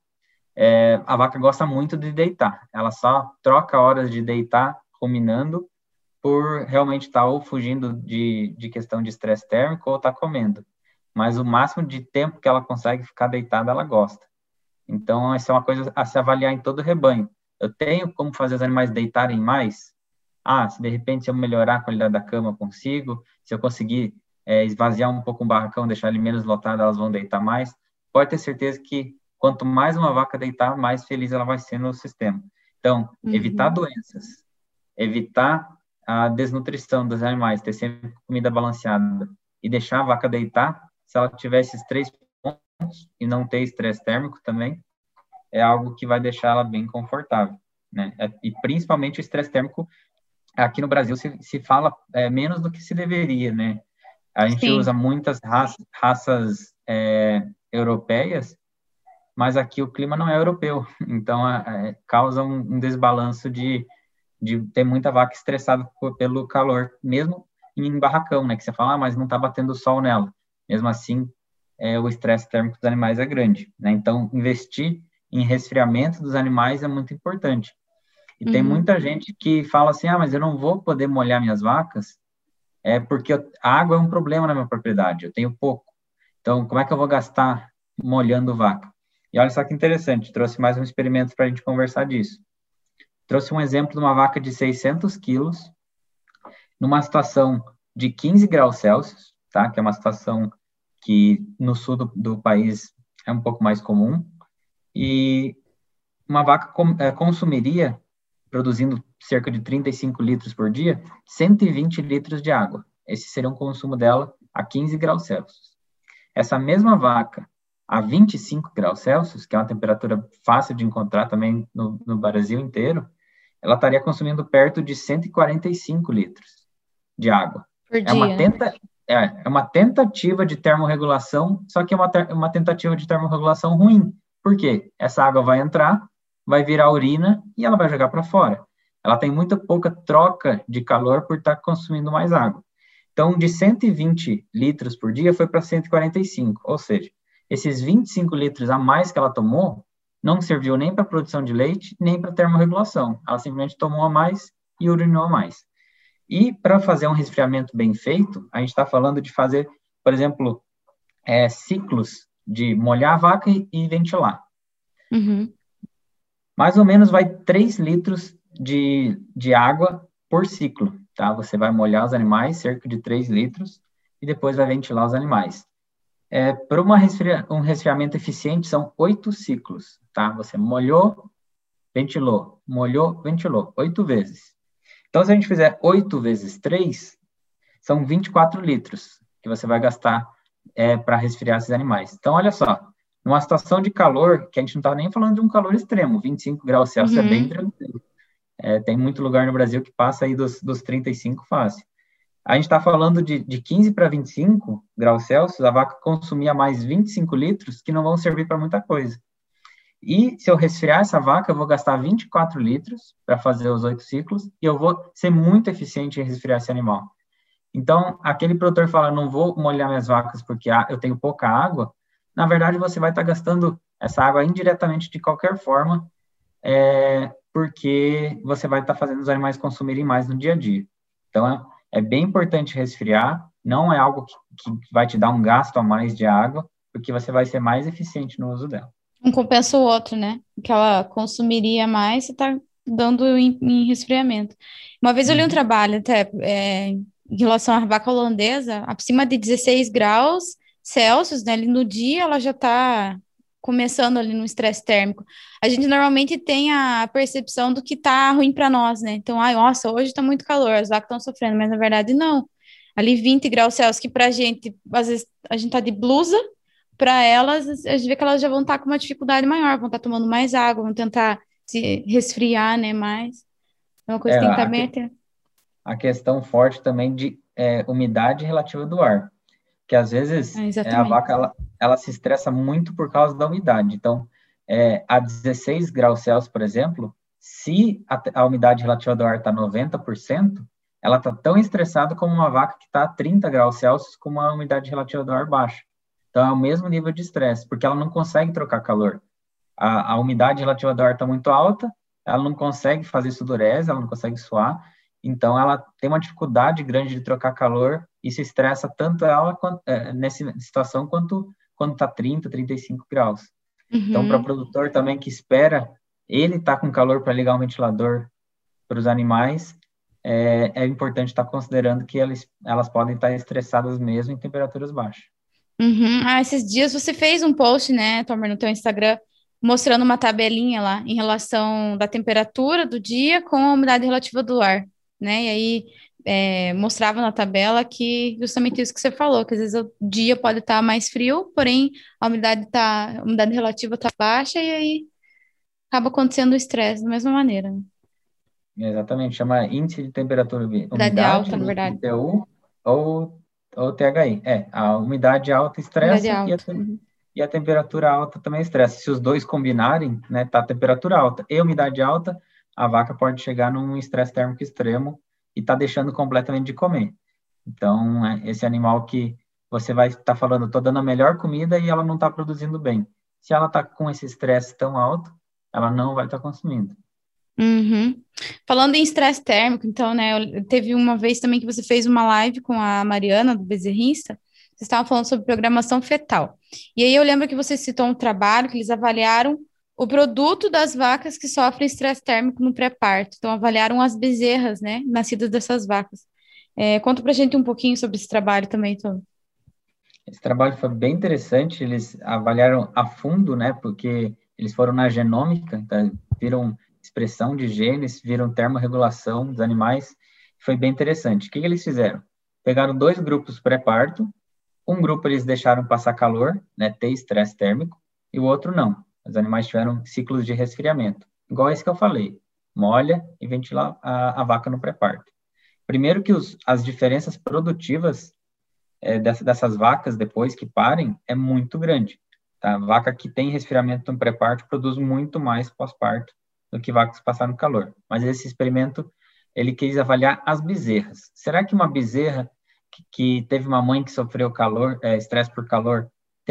A vaca gosta muito de deitar. Ela só troca horas de deitar ruminando por realmente estar ou fugindo de questão de estresse térmico ou estar comendo. Mas o máximo de tempo que ela consegue ficar deitada, ela gosta. Então, essa é uma coisa a se avaliar em todo o rebanho. Eu tenho como fazer os animais deitarem mais? Se de repente se eu melhorar a qualidade da cama, consigo. Se eu conseguir esvaziar um pouco o barracão, deixar ele menos lotado, elas vão deitar mais. Pode ter certeza que quanto mais uma vaca deitar, mais feliz ela vai ser no sistema. Então, evitar doenças, evitar a desnutrição dos animais, ter sempre comida balanceada e deixar a vaca deitar, se ela tiver esses 3 pontos e não ter estresse térmico também, é algo que vai deixar ela bem confortável, né? E principalmente o estresse térmico, aqui no Brasil se fala menos do que se deveria, né? A gente usa muitas raças europeias, mas aqui o clima não é europeu, então causa um desbalanço de ter muita vaca estressada pelo calor, mesmo em barracão, né? Que você fala, mas não está batendo sol nela. Mesmo assim, o estresse térmico dos animais é grande, né? Então, investir em resfriamento dos animais é muito importante. E tem muita gente que fala assim, mas eu não vou poder molhar minhas vacas, porque a água é um problema na minha propriedade, eu tenho pouco. Então, como é que eu vou gastar molhando vaca? E olha só que interessante, trouxe mais um experimento para a gente conversar disso. Trouxe um exemplo de uma vaca de 600 quilos, numa situação de 15 graus Celsius, tá? Que é uma situação que no sul do país é um pouco mais comum, e uma vaca consumiria, produzindo cerca de 35 litros por dia, 120 litros de água. Esse seria um consumo dela a 15 graus Celsius. Essa mesma vaca, a 25 graus Celsius, que é uma temperatura fácil de encontrar também no Brasil inteiro, ela estaria consumindo perto de 145 litros de água. Por dia. É uma tentativa de termorregulação, só que é uma tentativa de termorregulação ruim. Por quê? Essa água vai entrar, vai virar urina e ela vai jogar para fora. Ela tem muito pouca troca de calor por estar consumindo mais água. Então, de 120 litros por dia foi para 145, ou seja, esses 25 litros a mais que ela tomou não serviu nem para produção de leite, nem para termorregulação. Ela simplesmente tomou a mais e urinou a mais. E para fazer um resfriamento bem feito, a gente está falando de fazer, por exemplo, ciclos de molhar a vaca e ventilar. Uhum. Mais ou menos vai 3 litros de água por ciclo, tá? Você vai molhar os animais, cerca de 3 litros, e depois vai ventilar os animais. Para um resfriamento eficiente, são 8 ciclos, tá? Você molhou, ventilou, 8 vezes. Então, se a gente fizer 8 vezes 3, são 24 litros que você vai gastar para resfriar esses animais. Então, olha só, numa situação de calor, que a gente não está nem falando de um calor extremo, 25 graus Celsius é bem tranquilo. Tem muito lugar no Brasil que passa aí dos 35 fácil. A gente está falando de 15 para 25 graus Celsius, a vaca consumia mais 25 litros, que não vão servir para muita coisa. E se eu resfriar essa vaca, eu vou gastar 24 litros para fazer os 8 ciclos, e eu vou ser muito eficiente em resfriar esse animal. Então, aquele produtor fala, não vou molhar minhas vacas porque eu tenho pouca água, na verdade, você vai estar gastando essa água indiretamente de qualquer forma, porque você vai estar fazendo os animais consumirem mais no dia a dia. Então, é bem importante resfriar, não é algo que vai te dar um gasto a mais de água, porque você vai ser mais eficiente no uso dela. Um compensa o outro, né? O que ela consumiria mais, você está dando em resfriamento. Uma vez eu li um trabalho até em relação à vaca holandesa, acima de 16 graus Celsius, né? Ali no dia ela já está começando ali no estresse térmico. A gente normalmente tem a percepção do que tá ruim para nós, né? Então, nossa, hoje tá muito calor, as vacas estão sofrendo, mas na verdade não. Ali 20 graus Celsius, que pra gente, às vezes a gente tá de blusa, para elas, a gente vê que elas já vão estar com uma dificuldade maior, vão estar tomando mais água, vão tentar se resfriar, né, mais. É uma coisa que tem que estar bem atenta. A questão forte também de umidade relativa do ar, que às vezes a vaca ela se estressa muito por causa da umidade. Então, a 16 graus Celsius, por exemplo, se a umidade relativa do ar está 90%, ela está tão estressada como uma vaca que está a 30 graus Celsius com uma umidade relativa do ar baixa. Então, é o mesmo nível de estresse, porque ela não consegue trocar calor. A umidade relativa do ar está muito alta, ela não consegue fazer sudorese, ela não consegue suar, então ela tem uma dificuldade grande de trocar calor e se estressa tanto ela nessa situação quanto quando está 30, 35 graus. Então, para o produtor também que espera ele estar com calor para ligar o ventilador para os animais, é importante estar considerando que elas podem estar estressadas mesmo em temperaturas baixas. Esses dias você fez um post, né, Tomer, no teu Instagram, mostrando uma tabelinha lá em relação da temperatura do dia com a umidade relativa do ar, né? E aí mostrava na tabela que justamente isso que você falou, que às vezes o dia pode estar mais frio, porém a umidade relativa está baixa e aí acaba acontecendo o estresse da mesma maneira, né? Exatamente, chama índice de temperatura, umidade alta, na verdade. ITU ou THI. A umidade alta estressa e a temperatura alta também estressa. Se os dois combinarem, né, tá a temperatura alta e umidade alta, a vaca pode chegar num estresse térmico extremo e tá deixando completamente de comer. Então, esse animal que você vai estar falando, tô dando a melhor comida e ela não tá produzindo bem. Se ela tá com esse estresse tão alto, ela não vai estar consumindo. Falando em estresse térmico, então, né, teve uma vez também que você fez uma live com a Mariana, do Bezerrista, vocês estavam falando sobre programação fetal. E aí eu lembro que você citou um trabalho que eles avaliaram o produto das vacas que sofrem estresse térmico no pré-parto. Então, avaliaram as bezerras, né, nascidas dessas vacas. Conta pra gente um pouquinho sobre esse trabalho também, Tom. Esse trabalho foi bem interessante, eles avaliaram a fundo, né, porque eles foram na genômica, então viram expressão de genes, viram termorregulação dos animais, foi bem interessante. O que eles fizeram? Pegaram 2 grupos pré-parto, um grupo eles deixaram passar calor, né, ter estresse térmico, e o outro não. Os animais tiveram ciclos de resfriamento, igual esse que eu falei, molha e ventila a vaca no pré-parto. Primeiro que as diferenças produtivas dessas vacas, depois que parem, é muito grande. Tá? A vaca que tem resfriamento no pré-parto produz muito mais pós-parto do que vacas que passaram calor. Mas esse experimento, ele quis avaliar as bezerras. Será que uma bezerra que teve uma mãe que sofreu calor, estresse por calor, tem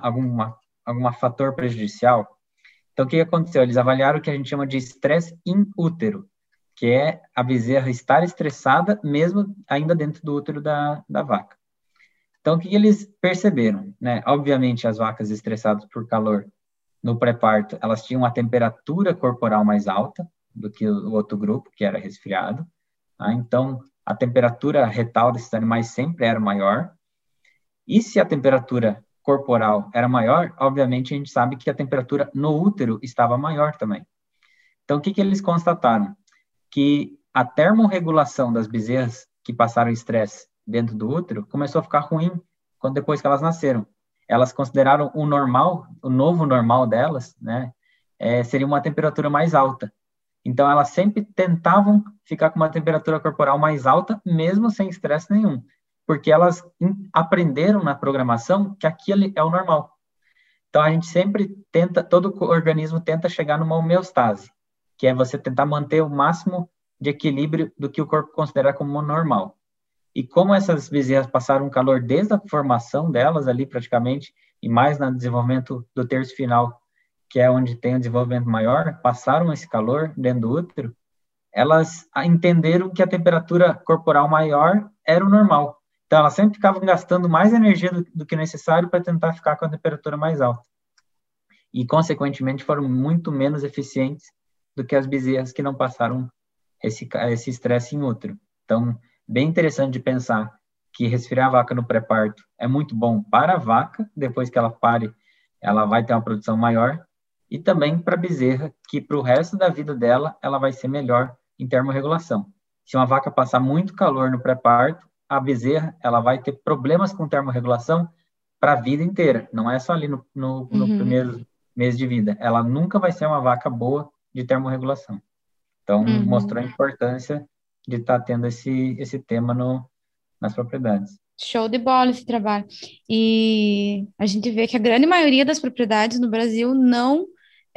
algum fator prejudicial? Então, o que aconteceu? Eles avaliaram o que a gente chama de estresse in útero, que é a bezerra estar estressada mesmo ainda dentro do útero da vaca. Então, o que eles perceberam? Né? Obviamente, as vacas estressadas por calor no pré-parto, elas tinham uma temperatura corporal mais alta do que o outro grupo, que era resfriado. Tá? Então, a temperatura retal desses animais sempre era maior. E se a temperatura corporal era maior, obviamente a gente sabe que a temperatura no útero estava maior também. Então, o que eles constataram? Que a termorregulação das bezerras que passaram estresse dentro do útero começou a ficar ruim depois que elas nasceram. Elas consideraram o normal, o novo normal delas, né, seria uma temperatura mais alta. Então, elas sempre tentavam ficar com uma temperatura corporal mais alta, mesmo sem estresse nenhum, porque elas aprenderam na programação que aquilo é o normal. Então, a gente sempre todo organismo tenta chegar numa homeostase, que é você tentar manter o máximo de equilíbrio do que o corpo considera como normal. E como essas bezerras passaram calor desde a formação delas ali praticamente, e mais no desenvolvimento do terço final, que é onde tem o desenvolvimento maior, passaram esse calor dentro do útero, elas entenderam que a temperatura corporal maior era o normal. Então, elas sempre ficavam gastando mais energia do que necessário para tentar ficar com a temperatura mais alta. E, consequentemente, foram muito menos eficientes do que as bezerras que não passaram esse estresse em útero. Então, bem interessante de pensar que resfriar a vaca no pré-parto é muito bom para a vaca, depois que ela pare, ela vai ter uma produção maior, e também para a bezerra, que para o resto da vida dela, ela vai ser melhor em termorregulação. Se uma vaca passar muito calor no pré-parto, a bezerra ela vai ter problemas com termorregulação para a vida inteira, não é só ali no primeiro mês de vida. Ela nunca vai ser uma vaca boa de termorregulação. Então, mostrou a importância de estar tendo esse tema nas propriedades. Show de bola esse trabalho. E a gente vê que a grande maioria das propriedades no Brasil não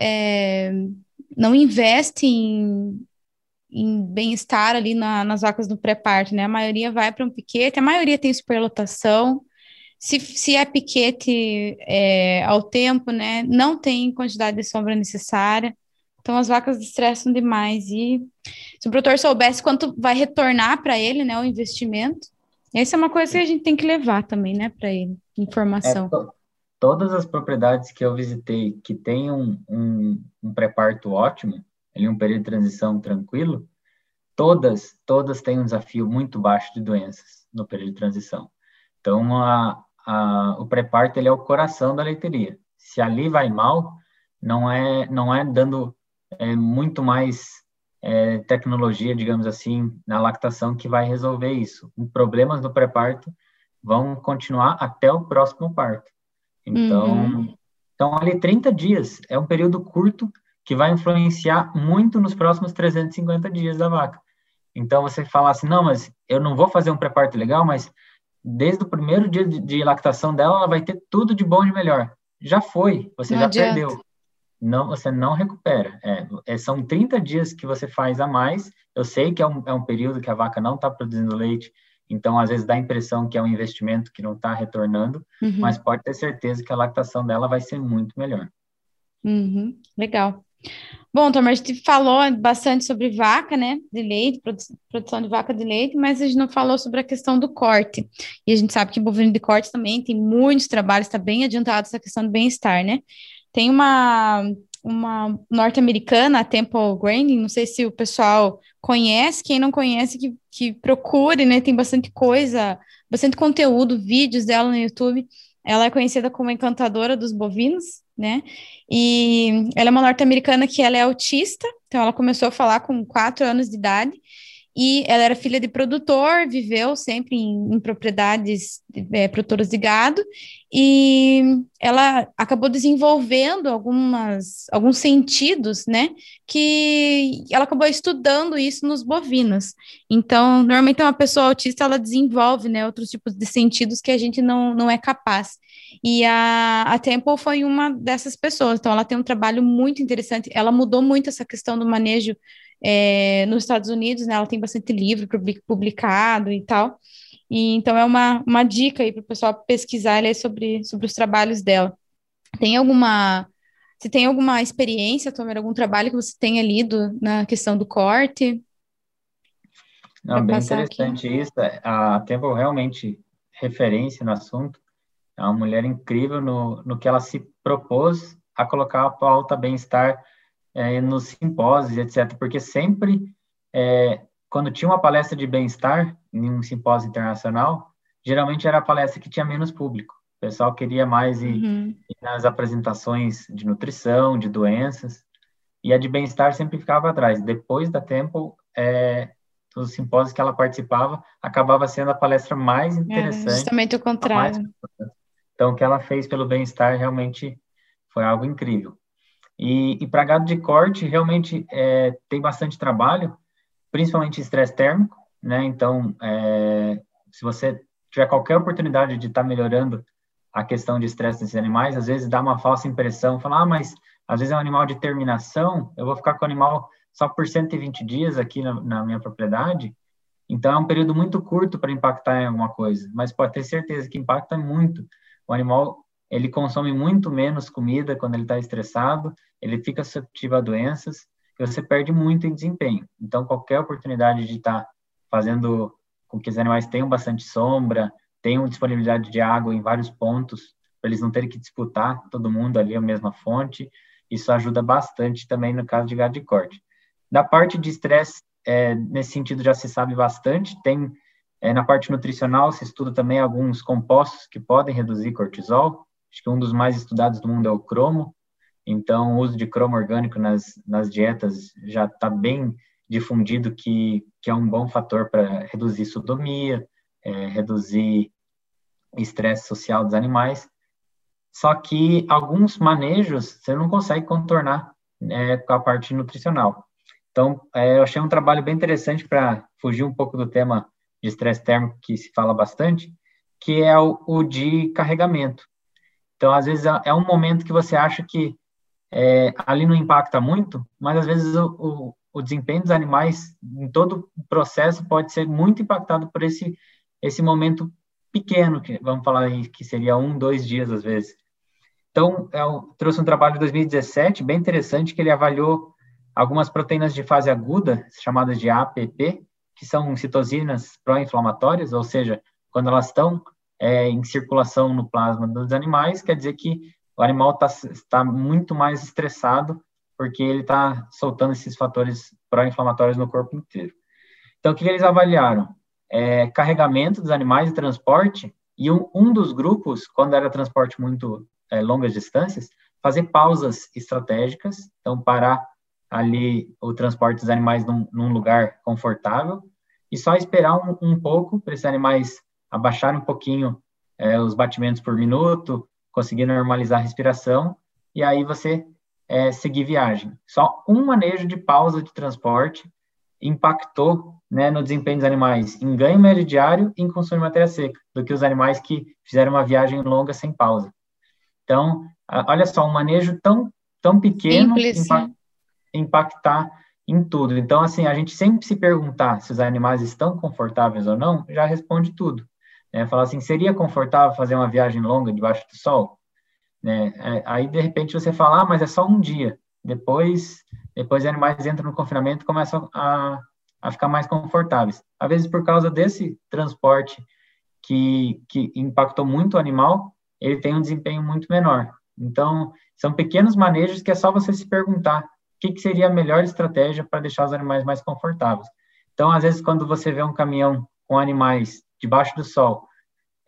investe em bem-estar ali nas vacas no pré-parto, né? A maioria vai para um piquete, a maioria tem superlotação. Se é piquete ao tempo, né? Não tem quantidade de sombra necessária. Então, as vacas estressam demais. E se o produtor soubesse quanto vai retornar para ele, né, o investimento, essa é uma coisa que a gente tem que levar também, né, para ele, informação. Todas as propriedades que eu visitei que tem um pré-parto ótimo, ali um período de transição tranquilo, todas têm um desafio muito baixo de doenças no período de transição. Então, o pré-parto ele é o coração da leiteria. Se ali vai mal, não é dando muito mais tecnologia, digamos assim, na lactação que vai resolver isso. Problemas no pré-parto vão continuar até o próximo parto. Então, ali 30 dias é um período curto que vai influenciar muito nos próximos 350 dias da vaca. Então, você fala assim, não, mas eu não vou fazer um pré-parto legal, mas desde o primeiro dia de lactação dela, ela vai ter tudo de bom e de melhor. Já foi, você já perdeu. Não, você não recupera. São 30 dias que você faz a mais. Eu sei que é um período que a vaca não está produzindo leite, então às vezes dá a impressão que é um investimento que não está retornando, mas pode ter certeza que a lactação dela vai ser muito melhor. Legal. Bom, Tom, a gente falou bastante sobre vaca, né, de leite, produção de vaca de leite, mas a gente não falou sobre a questão do corte. E a gente sabe que bovino de corte também tem muitos trabalhos, está bem adiantado essa questão do bem-estar, né? Tem uma norte-americana, a Temple Grandin, não sei se o pessoal conhece, quem não conhece que procure, né, tem bastante coisa, bastante conteúdo, vídeos dela no YouTube, Ela é conhecida como encantadora dos bovinos, né? E ela é uma norte-americana que ela é autista, então ela começou a falar com 4 anos de idade. E ela era filha de produtor, viveu sempre em propriedades produtoras de gado, e ela acabou desenvolvendo alguns sentidos, né, que ela acabou estudando isso nos bovinos. Então, normalmente uma pessoa autista, ela desenvolve, né, outros tipos de sentidos que a gente não é capaz. E a Temple foi uma dessas pessoas, então ela tem um trabalho muito interessante, ela mudou muito essa questão do manejo nos Estados Unidos, né? Ela tem bastante livro publicado e tal. E então é uma dica aí para o pessoal pesquisar sobre os trabalhos dela. Você tem alguma experiência, Tomer, algum trabalho que você tenha lido na questão do corte? Não, bem interessante aqui. Isso. A Temple realmente referência no assunto. É uma mulher incrível no que ela se propôs a colocar a pauta bem-estar nos simpósios, etc. Porque sempre, quando tinha uma palestra de bem-estar em um simpósio internacional, geralmente era a palestra que tinha menos público. O pessoal queria mais ir nas apresentações de nutrição, de doenças, e a de bem-estar sempre ficava atrás. Depois da Temple, os simpósios que ela participava, acabava sendo a palestra mais interessante. Justamente o contrário. Então, o que ela fez pelo bem-estar realmente foi algo incrível. E para gado de corte, realmente tem bastante trabalho, principalmente estresse térmico, né? Então, se você tiver qualquer oportunidade de estar melhorando a questão de estresse desses animais, às vezes dá uma falsa impressão, falar, mas às vezes é um animal de terminação, eu vou ficar com o animal só por 120 dias aqui na minha propriedade, então é um período muito curto para impactar em alguma coisa, mas pode ter certeza que impacta muito. O animal, ele consome muito menos comida quando ele está estressado, ele fica suscetível a doenças e você perde muito em desempenho. Então, qualquer oportunidade de estar fazendo com que os animais tenham bastante sombra, tenham disponibilidade de água em vários pontos, para eles não terem que disputar todo mundo ali a mesma fonte, isso ajuda bastante também no caso de gado de corte. Da parte de estresse, nesse sentido já se sabe bastante, tem na parte nutricional se estuda também alguns compostos que podem reduzir cortisol, acho que um dos mais estudados do mundo é o cromo, então o uso de cromo orgânico nas dietas já está bem difundido que é um bom fator para reduzir sodomia, reduzir estresse social dos animais, só que alguns manejos você não consegue contornar com a parte nutricional. Então, eu achei um trabalho bem interessante para fugir um pouco do tema de estresse térmico que se fala bastante, que é o de carregamento. Então, às vezes, é um momento que você acha que ali não impacta muito, mas às vezes o desempenho dos animais em todo o processo pode ser muito impactado por esse momento pequeno, que vamos falar aí, que seria 1-2 dias às vezes. Então, eu trouxe um trabalho de 2017, bem interessante, que ele avaliou algumas proteínas de fase aguda, chamadas de APP, que são citocinas pró-inflamatórias, ou seja, quando elas estão em circulação no plasma dos animais, quer dizer que o animal está muito mais estressado, porque ele está soltando esses fatores pró-inflamatórios no corpo inteiro. Então, o que eles avaliaram? Carregamento dos animais e transporte, e um dos grupos, quando era transporte muito longas distâncias, fazer pausas estratégicas, então parar ali o transporte dos animais num lugar confortável e só esperar um pouco para esses animais abaixarem um pouquinho os batimentos por minuto, conseguir normalizar a respiração e aí você seguir viagem. Só um manejo de pausa de transporte impactou, né, no desempenho dos animais em ganho médio diário e em consumo de matéria seca, do que os animais que fizeram uma viagem longa sem pausa. Então, olha só, um manejo tão pequeno impactar em tudo. Então, assim, a gente sempre se perguntar se os animais estão confortáveis ou não, já responde tudo. Falar assim, seria confortável fazer uma viagem longa debaixo do sol? Aí, de repente, você fala, mas é só um dia. Depois os animais entram no confinamento e começam a ficar mais confortáveis. Às vezes, por causa desse transporte que impactou muito o animal, ele tem um desempenho muito menor. Então, são pequenos manejos que é só você se perguntar o que seria a melhor estratégia para deixar os animais mais confortáveis. Então, às vezes, quando você vê um caminhão com animais debaixo do sol,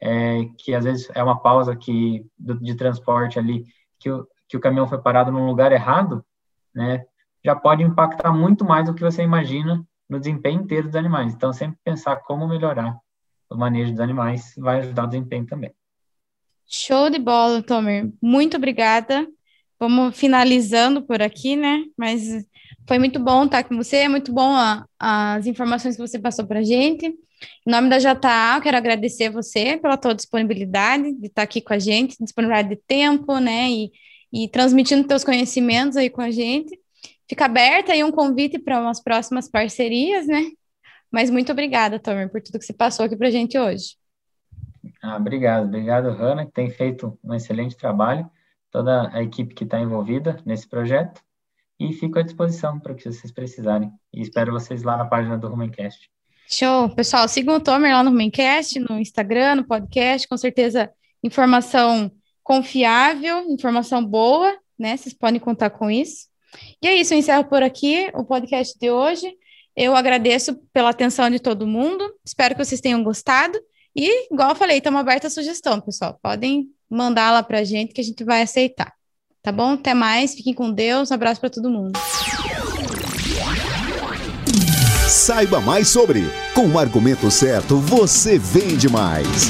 que às vezes é uma pausa de transporte ali, que o caminhão foi parado num lugar errado, né, já pode impactar muito mais do que você imagina no desempenho inteiro dos animais. Então, sempre pensar como melhorar o manejo dos animais vai ajudar o desempenho também. Show de bola, Tomer. Muito obrigada. Vamos finalizando por aqui, né? Mas foi muito bom estar com você, é muito bom as informações que você passou para a gente. Em nome da JA, eu quero agradecer a você pela tua disponibilidade de estar aqui com a gente, disponibilidade de tempo, né? E transmitindo teus conhecimentos aí com a gente. Fica aberta aí um convite para umas próximas parcerias, né? Mas muito obrigada, Tomer, por tudo que você passou aqui para a gente hoje. Obrigado, Hanna, que tem feito um excelente trabalho, toda a equipe que está envolvida nesse projeto, e fico à disposição para o que vocês precisarem. E espero vocês lá na página do Rumencast. Show! Pessoal, sigam o Tomer lá no Rumencast, no Instagram, no podcast, com certeza informação confiável, informação boa, né? Vocês podem contar com isso. E é isso, eu encerro por aqui o podcast de hoje. Eu agradeço pela atenção de todo mundo, espero que vocês tenham gostado. E, igual eu falei, estamos aberta a sugestão, pessoal. Podem mandar lá pra gente que a gente vai aceitar. Tá bom? Até mais, fiquem com Deus, um abraço para todo mundo. Saiba mais sobre Com o Argumento Certo, você vende mais.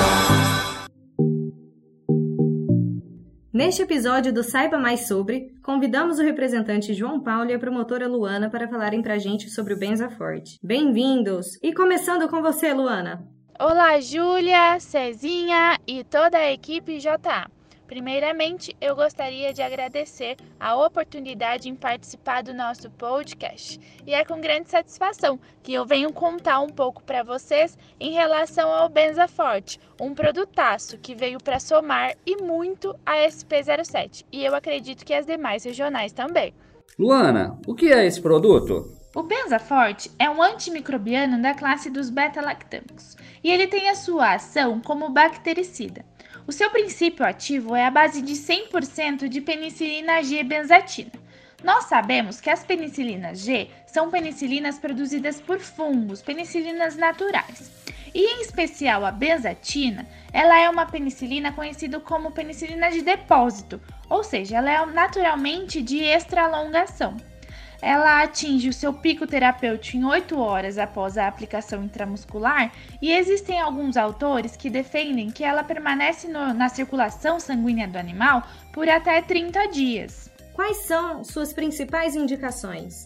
Neste episódio do Saiba Mais Sobre, convidamos o representante João Paulo e a promotora Luana para falarem pra gente sobre o Benzaforte. Bem-vindos! E começando com você, Luana. Olá, Júlia, Cezinha e toda a equipe JA. Primeiramente, eu gostaria de agradecer a oportunidade em participar do nosso podcast. E é com grande satisfação que eu venho contar um pouco para vocês em relação ao Benzaforte, um produtaço que veio para somar e muito a SP07. E eu acredito que as demais regionais também. Luana, o que é esse produto? O Benzaforte é um antimicrobiano da classe dos beta-lactâmicos e ele tem a sua ação como bactericida. O seu princípio ativo é a base de 100% de penicilina G benzatina. Nós sabemos que as penicilinas G são penicilinas produzidas por fungos, penicilinas naturais. E em especial a benzatina, ela é uma penicilina conhecida como penicilina de depósito, ou seja, ela é naturalmente de extralongação. Ela atinge o seu pico terapêutico em 8 horas após a aplicação intramuscular e existem alguns autores que defendem que ela permanece na circulação sanguínea do animal por até 30 dias. Quais são suas principais indicações?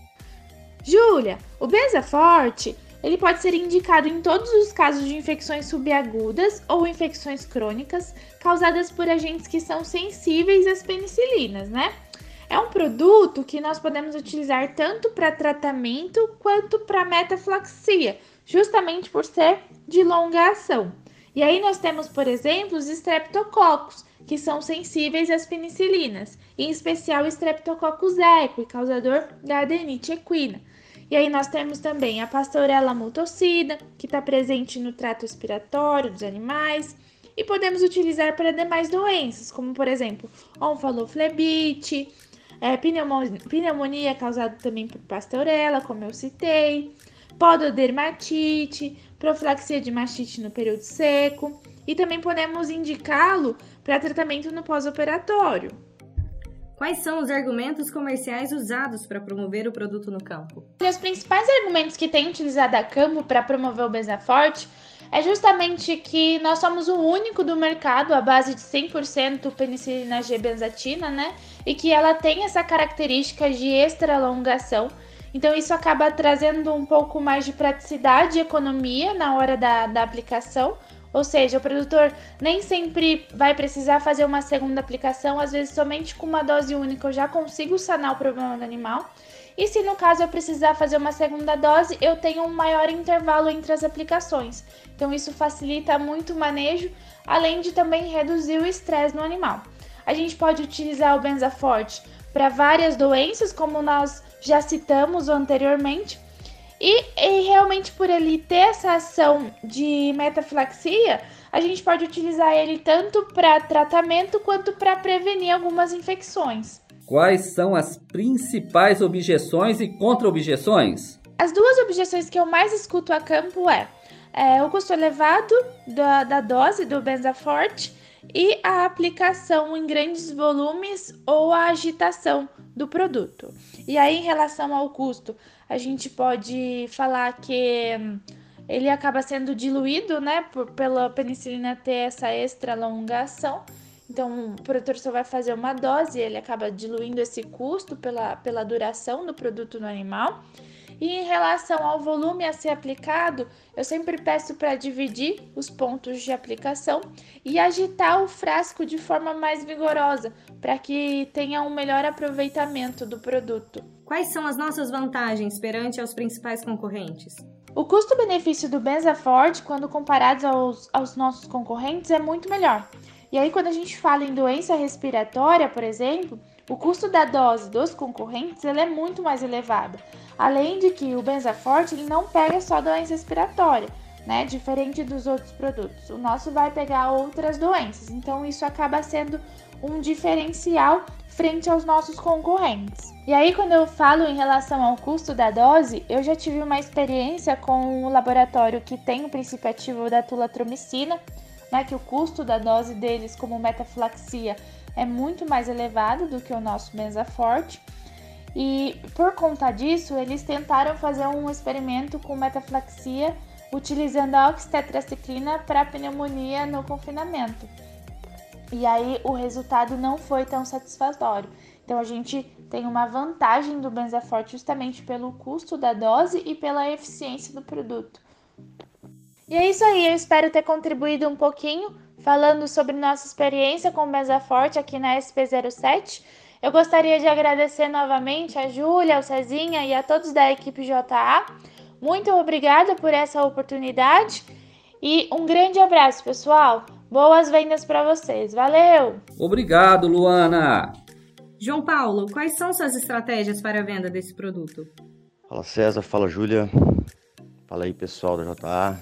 Júlia, o Benzaforte ele pode ser indicado em todos os casos de infecções subagudas ou infecções crônicas causadas por agentes que são sensíveis às penicilinas, né? É um produto que nós podemos utilizar tanto para tratamento quanto para metafilaxia, justamente por ser de longa ação. E aí nós temos, por exemplo, os streptococcus, que são sensíveis às penicilinas, em especial o Streptococcus equi, causador da adenite equina. E aí nós temos também a Pastorella multocida, que está presente no trato respiratório dos animais, e podemos utilizar para demais doenças, como por exemplo, onfaloflebite, pneumonia causada também por Pastorella, como eu citei, pododermatite, profilaxia de mastite no período seco, e também podemos indicá-lo para tratamento no pós-operatório. Quais são os argumentos comerciais usados para promover o produto no campo? Os principais argumentos que tem utilizado a campo para promover o Benzaforte é justamente que nós somos o único do mercado à base de 100% penicilina G benzatina, né? E que ela tem essa característica de extralongação. Então isso acaba trazendo um pouco mais de praticidade e economia na hora da aplicação. Ou seja, o produtor nem sempre vai precisar fazer uma segunda aplicação, às vezes somente com uma dose única eu já consigo sanar o problema do animal. E se no caso eu precisar fazer uma segunda dose, eu tenho um maior intervalo entre as aplicações. Então isso facilita muito o manejo, além de também reduzir o estresse no animal. A gente pode utilizar o Benzaforte para várias doenças, como nós já citamos anteriormente. E realmente por ele ter essa ação de metafilaxia, a gente pode utilizar ele tanto para tratamento quanto para prevenir algumas infecções. Quais são as principais objeções e contra-objeções? As duas objeções que eu mais escuto a campo é: o custo elevado da dose do Benzaforte e a aplicação em grandes volumes ou a agitação do produto. E aí, em relação ao custo, a gente pode falar que ele acaba sendo diluído, né, pela penicilina ter essa extra longa ação. Então, o produtor só vai fazer uma dose, ele acaba diluindo esse custo pela duração do produto no animal. E em relação ao volume a ser aplicado, eu sempre peço para dividir os pontos de aplicação e agitar o frasco de forma mais vigorosa, para que tenha um melhor aproveitamento do produto. Quais são as nossas vantagens perante aos principais concorrentes? O custo-benefício do Benzaforte, quando comparados aos nossos concorrentes, é muito melhor. E aí, quando a gente fala em doença respiratória, por exemplo, o custo da dose dos concorrentes ele é muito mais elevado. Além de que o Benzaforte ele não pega só doença respiratória, né? Diferente dos outros produtos. O nosso vai pegar outras doenças. Então, isso acaba sendo um diferencial frente aos nossos concorrentes. E aí, quando eu falo em relação ao custo da dose, eu já tive uma experiência com um laboratório que tem o princípio ativo da tulatromicina, né, que o custo da dose deles como metafilaxia é muito mais elevado do que o nosso Benzaforte. E por conta disso, eles tentaram fazer um experimento com metafilaxia utilizando a oxitetraciclina para pneumonia no confinamento. E aí o resultado não foi tão satisfatório. Então a gente tem uma vantagem do Benzaforte justamente pelo custo da dose e pela eficiência do produto. E é isso aí, eu espero ter contribuído um pouquinho falando sobre nossa experiência com o Benzaforte aqui na SP07. Eu gostaria de agradecer novamente a Júlia, ao Cezinha e a todos da equipe JA. Muito obrigada por essa oportunidade e um grande abraço, pessoal. Boas vendas para vocês. Valeu! Obrigado, Luana! João Paulo, quais são suas estratégias para a venda desse produto? Fala César, fala Júlia. Fala aí, pessoal da JA.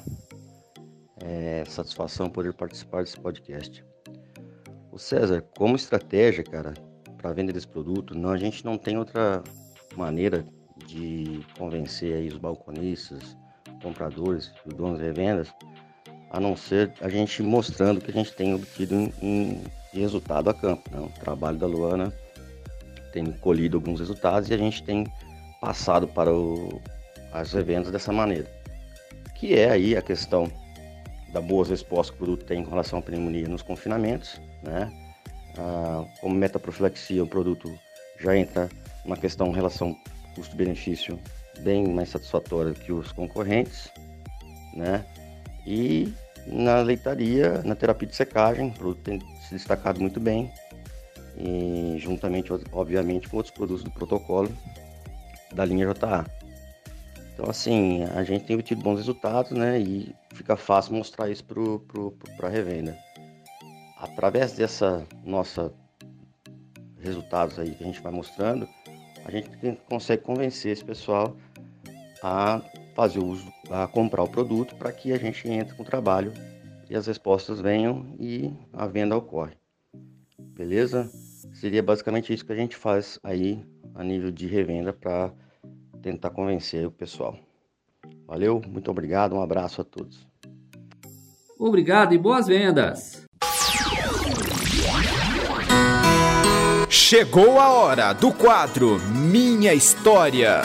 Satisfação poder participar desse podcast. O César, como estratégia, cara, para venda desse produto, a gente não tem outra maneira de convencer aí os balconistas, compradores e donos de revendas, a não ser a gente mostrando que a gente tem obtido de resultado a campo, né? O trabalho da Luana tem colhido alguns resultados e a gente tem passado para as revendas dessa maneira, que é aí a questão da boas respostas que o produto tem com relação à pneumonia nos confinamentos, né? Como metaprofilaxia, o produto já entra numa questão relação custo-benefício bem mais satisfatória que os concorrentes, né? E na leitaria, na terapia de secagem, o produto tem se destacado muito bem, e juntamente, obviamente, com outros produtos do protocolo da linha JA. Então, assim, a gente tem obtido bons resultados, né? E fica fácil mostrar isso para a revenda. Através dessa nossa resultados aí que a gente vai mostrando, a gente consegue convencer esse pessoal a fazer uso, a comprar o produto para que a gente entre com o trabalho e as respostas venham e a venda ocorre. Beleza? Seria basicamente isso que a gente faz aí a nível de revenda para tentar convencer o pessoal. Valeu, muito obrigado, um abraço a todos. Obrigado e boas vendas! Chegou a hora do quadro Minha História.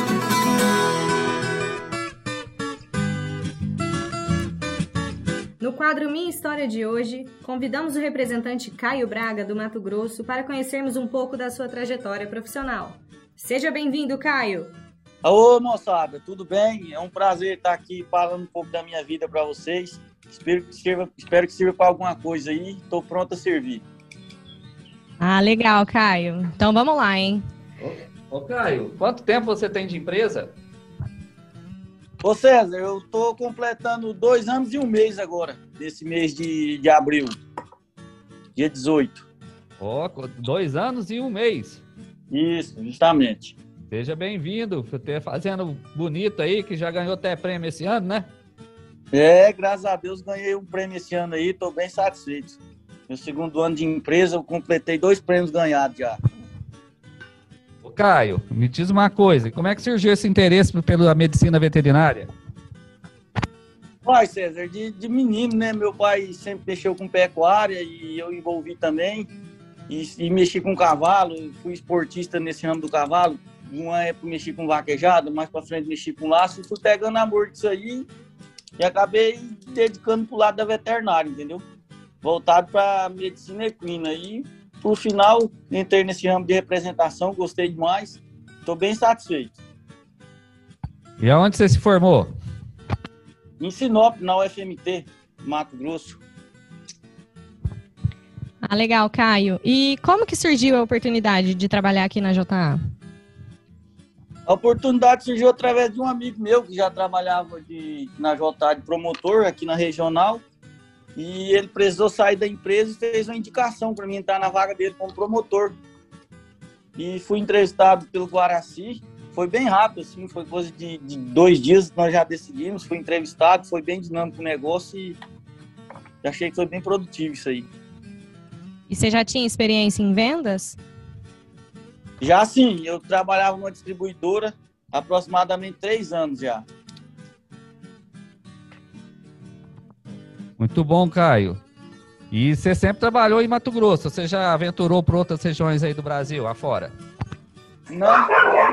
No quadro Minha História de hoje, convidamos o representante Caio Braga, do Mato Grosso, para conhecermos um pouco da sua trajetória profissional. Seja bem-vindo, Caio! Ô, moçada, tudo bem? É um prazer estar aqui falando um pouco da minha vida para vocês. Espero que sirva para alguma coisa aí. Estou pronto a servir. Ah, legal, Caio. Então vamos lá, hein? Ô Caio, quanto tempo você tem de empresa? Ô César, eu estou completando 2 anos e 1 mês agora, nesse mês de abril, dia 18. Ó, 2 anos e 1 mês. Isso, justamente. Seja bem-vindo, fazendo bonito aí, que já ganhou até prêmio esse ano, né? Graças a Deus ganhei um prêmio esse ano aí, estou bem satisfeito. Meu 2º ano de empresa, eu completei 2 prêmios ganhados já. Ô Caio, me diz uma coisa, como é que surgiu esse interesse pela medicina veterinária? Pai, César, de menino, né? Meu pai sempre mexeu com pecuária e eu envolvi também. E mexi com cavalo, fui esportista nesse ramo do cavalo. Uma época mexi com vaquejada, mais pra frente mexi com laço. Fui pegando amor disso aí e acabei dedicando pro lado da veterinária, entendeu? Voltado pra medicina equina. E, por final, entrei nesse ramo de representação, gostei demais. Tô bem satisfeito. E aonde você se formou? Em Sinop, na UFMT, Mato Grosso. Ah, legal, Caio. E como que surgiu a oportunidade de trabalhar aqui na JA? A oportunidade surgiu através de um amigo meu que já trabalhava na JA de promotor aqui na regional. E ele precisou sair da empresa e fez uma indicação para mim entrar na vaga dele como promotor. E fui entrevistado pelo Guaraci. Foi bem rápido, assim, foi coisa de 2 dias que nós já decidimos. Fui entrevistado, foi bem dinâmico o negócio e achei que foi bem produtivo isso aí. E você já tinha experiência em vendas? Já sim, eu trabalhava numa distribuidora há aproximadamente 3 anos já. Muito bom, Caio. E você sempre trabalhou em Mato Grosso, você já aventurou por outras regiões aí do Brasil, afora? Não.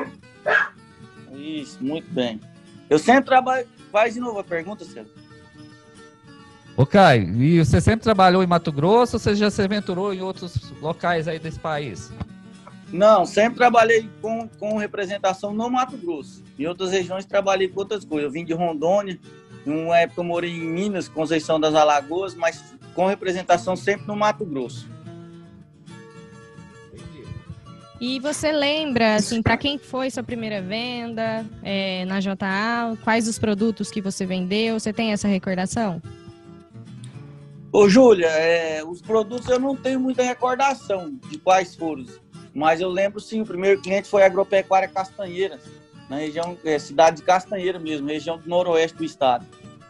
Isso, muito bem. Eu sempre trabalho... Faz de novo a pergunta, César. Ô, Caio, e você sempre trabalhou em Mato Grosso ou você já se aventurou em outros locais aí desse país? Não, sempre trabalhei com representação no Mato Grosso. Em outras regiões trabalhei com outras coisas. Eu vim de Rondônia, em uma época eu morei em Minas, Conceição das Alagoas, mas com representação sempre no Mato Grosso. E você lembra, assim, para quem foi sua primeira venda na JA? Quais os produtos que você vendeu? Você tem essa recordação? Ô, Júlia, os produtos eu não tenho muita recordação de quais foram, mas eu lembro sim, o primeiro cliente foi a Agropecuária Castanheira, na região, cidade de Castanheira mesmo, região do noroeste do estado.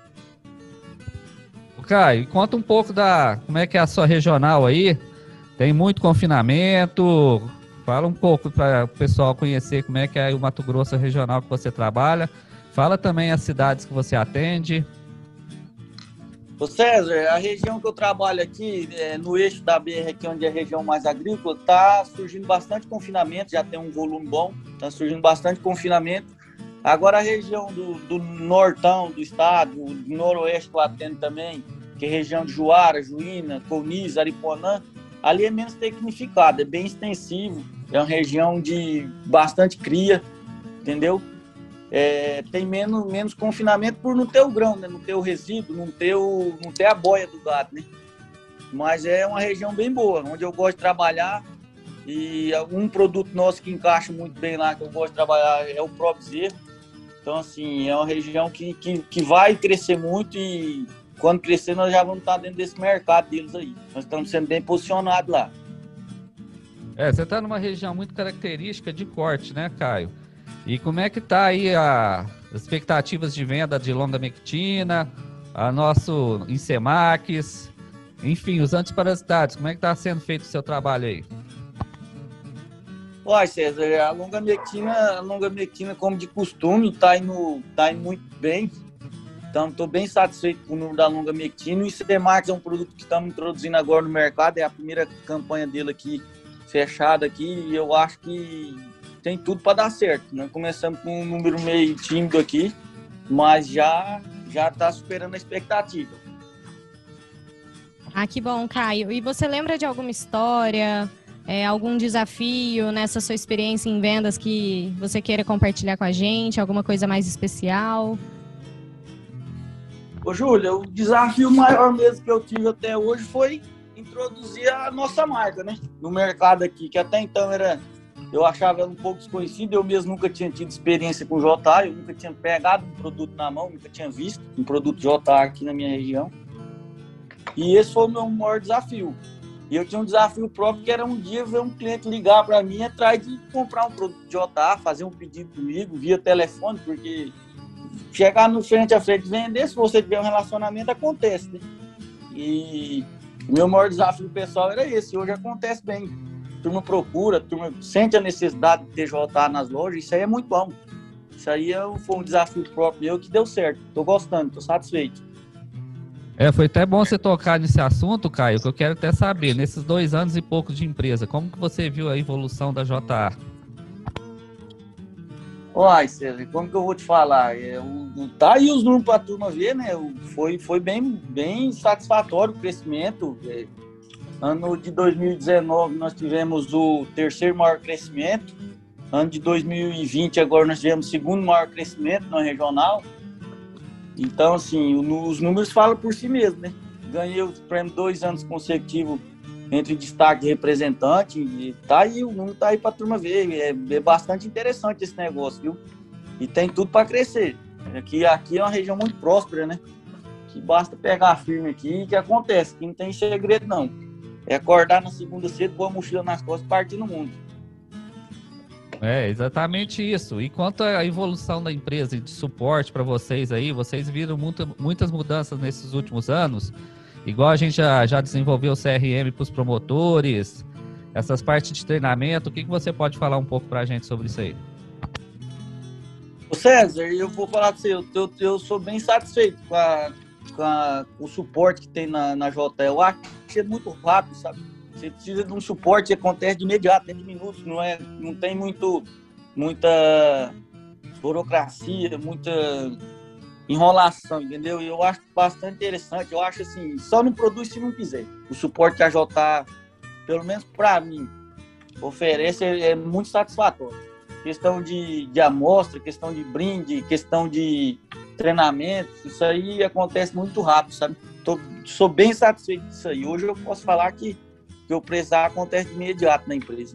Ô, Caio, conta um pouco como é que é a sua regional aí, tem muito confinamento... Fala um pouco para o pessoal conhecer como é que é o Mato Grosso regional que você trabalha. Fala também as cidades que você atende. Ô César, a região que eu trabalho aqui, no eixo da BR, aqui onde é a região mais agrícola, está surgindo bastante confinamento, já tem um volume bom, está surgindo bastante confinamento. Agora a região do nortão do estado, do noroeste que eu atendo também, que é a região de Juara, Juína, Colniz, Aripuanã, ali é menos tecnificado, é bem extensivo. É uma região de bastante cria, entendeu? Tem menos confinamento por não ter o grão, né? Não ter o resíduo, não ter a boia do gado, né? Mas é uma região bem boa, onde eu gosto de trabalhar. E um produto nosso que encaixa muito bem lá, que eu gosto de trabalhar, é o Pro Bezerro. Então, assim, é uma região que vai crescer muito e quando crescer nós já vamos estar dentro desse mercado deles aí. Nós estamos sendo bem posicionados lá. Você está numa região muito característica de corte, né, Caio? E como é que está aí as expectativas de venda de longa-mectina, a nosso Incemax, enfim, os antiparasitários, como é que está sendo feito o seu trabalho aí? Olha, César, a longa-mectina, como de costume, está indo muito bem. Então, estou bem satisfeito com o número da longa-mectina. O Incemax é um produto que estamos introduzindo agora no mercado, é a primeira campanha dele aqui, fechada aqui, e eu acho que tem tudo para dar certo. Nós começamos com um número meio tímido aqui, mas já está superando a expectativa. Ah, que bom, Caio. E você lembra de alguma história, algum desafio nessa sua experiência em vendas que você queira compartilhar com a gente? Alguma coisa mais especial? Ô, Júlia, o desafio maior mesmo que eu tive até hoje foi introduzir a nossa marca, né, no mercado aqui, que até então eu achava ela um pouco desconhecida, eu mesmo nunca tinha tido experiência com JA, eu nunca tinha pegado um produto na mão, nunca tinha visto um produto JA aqui na minha região, e esse foi o meu maior desafio. E eu tinha um desafio próprio, que era um dia ver um cliente ligar para mim atrás de comprar um produto JA, fazer um pedido comigo via telefone, porque chegar no frente a frente e vender, se você tiver um relacionamento, acontece, né? E o meu maior desafio pessoal era esse, hoje acontece bem. A turma procura, a turma sente a necessidade de ter JA nas lojas, isso aí é muito bom. Isso aí foi um desafio próprio meu que deu certo, estou gostando, estou satisfeito. Foi até bom você tocar nesse assunto, Caio, que eu quero até saber, nesses 2 anos e pouco de empresa, como que você viu a evolução da JA? Olha, César, como que eu vou te falar? Tá aí os números para a turma ver, né? Foi bem satisfatório o crescimento. Ano de 2019 nós tivemos o 3º maior crescimento. Ano de 2020 agora nós tivemos o 2º maior crescimento no regional. Então, assim, os números falam por si mesmo, né? Ganhei o prêmio 2 anos consecutivos entre destaque e representante, e tá aí, o número tá aí pra turma ver, é bastante interessante esse negócio, viu? E tem tudo para crescer. Aqui é uma região muito próspera, né? Que basta pegar firme aqui, que acontece, que não tem segredo não. É acordar na segunda cedo, pôr a mochila nas costas e partir no mundo. É exatamente isso. E quanto à evolução da empresa e de suporte para vocês aí, vocês viram muitas mudanças nesses últimos anos, igual a gente já desenvolveu o CRM para os promotores, essas partes de treinamento. O que você pode falar um pouco para a gente sobre isso aí? Ô César, eu vou falar para você, eu sou bem satisfeito com o suporte que tem na JA. Eu acho que é muito rápido, sabe? Você precisa de um suporte que acontece de imediato, dentro de minutos, não tem muita burocracia, muita enrolação, entendeu? Eu acho bastante interessante. Eu acho assim, só não produz se não quiser. O suporte que a JA, pelo menos para mim, oferece é muito satisfatório. Questão de amostra, questão de brinde, questão de treinamento, isso aí acontece muito rápido, sabe? Sou bem satisfeito disso aí. Hoje eu posso falar que o precisar acontece de imediato na empresa.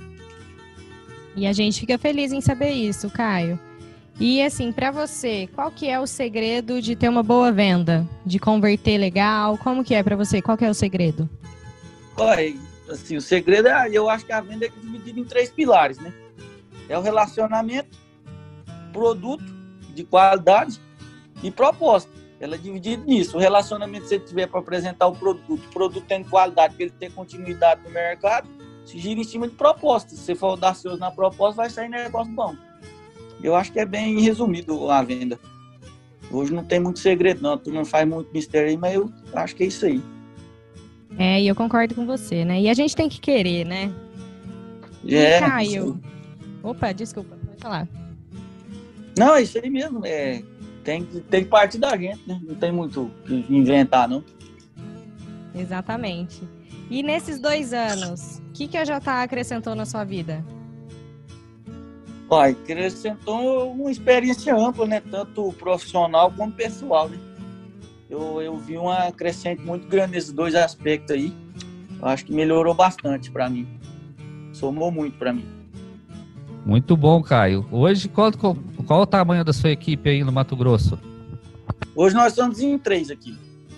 E a gente fica feliz em saber isso, Caio. E assim, para você, qual que é o segredo de ter uma boa venda? De converter legal? Como que é para você? Qual que é o segredo? Olha, assim, o segredo eu acho que a venda é dividida em 3 pilares, né? É o relacionamento, produto de qualidade e proposta. Ela é dividida nisso. O relacionamento, se você tiver para apresentar o produto tem qualidade, para ele ter continuidade no mercado, se gira em cima de proposta. Se você for audacioso na proposta, vai sair negócio bom. Eu acho que é bem resumido a venda. Hoje não tem muito segredo, não. Tu não faz muito mistério aí, mas eu acho que é isso aí. E eu concordo com você, né? E a gente tem que querer, né? Caio. Opa, desculpa, pode falar. Não, é isso aí mesmo. Tem que partir da gente, né? Não tem muito o que inventar, não. Exatamente. E nesses 2 anos, o que a JA acrescentou na sua vida? Olha, acrescentou uma experiência ampla, né? Tanto profissional como pessoal, né? Eu vi uma crescente muito grande nesses 2 aspectos aí. Eu acho que melhorou bastante para mim. Somou muito para mim. Muito bom, Caio. Hoje, qual o tamanho da sua equipe aí no Mato Grosso? Hoje nós estamos em 3 aqui.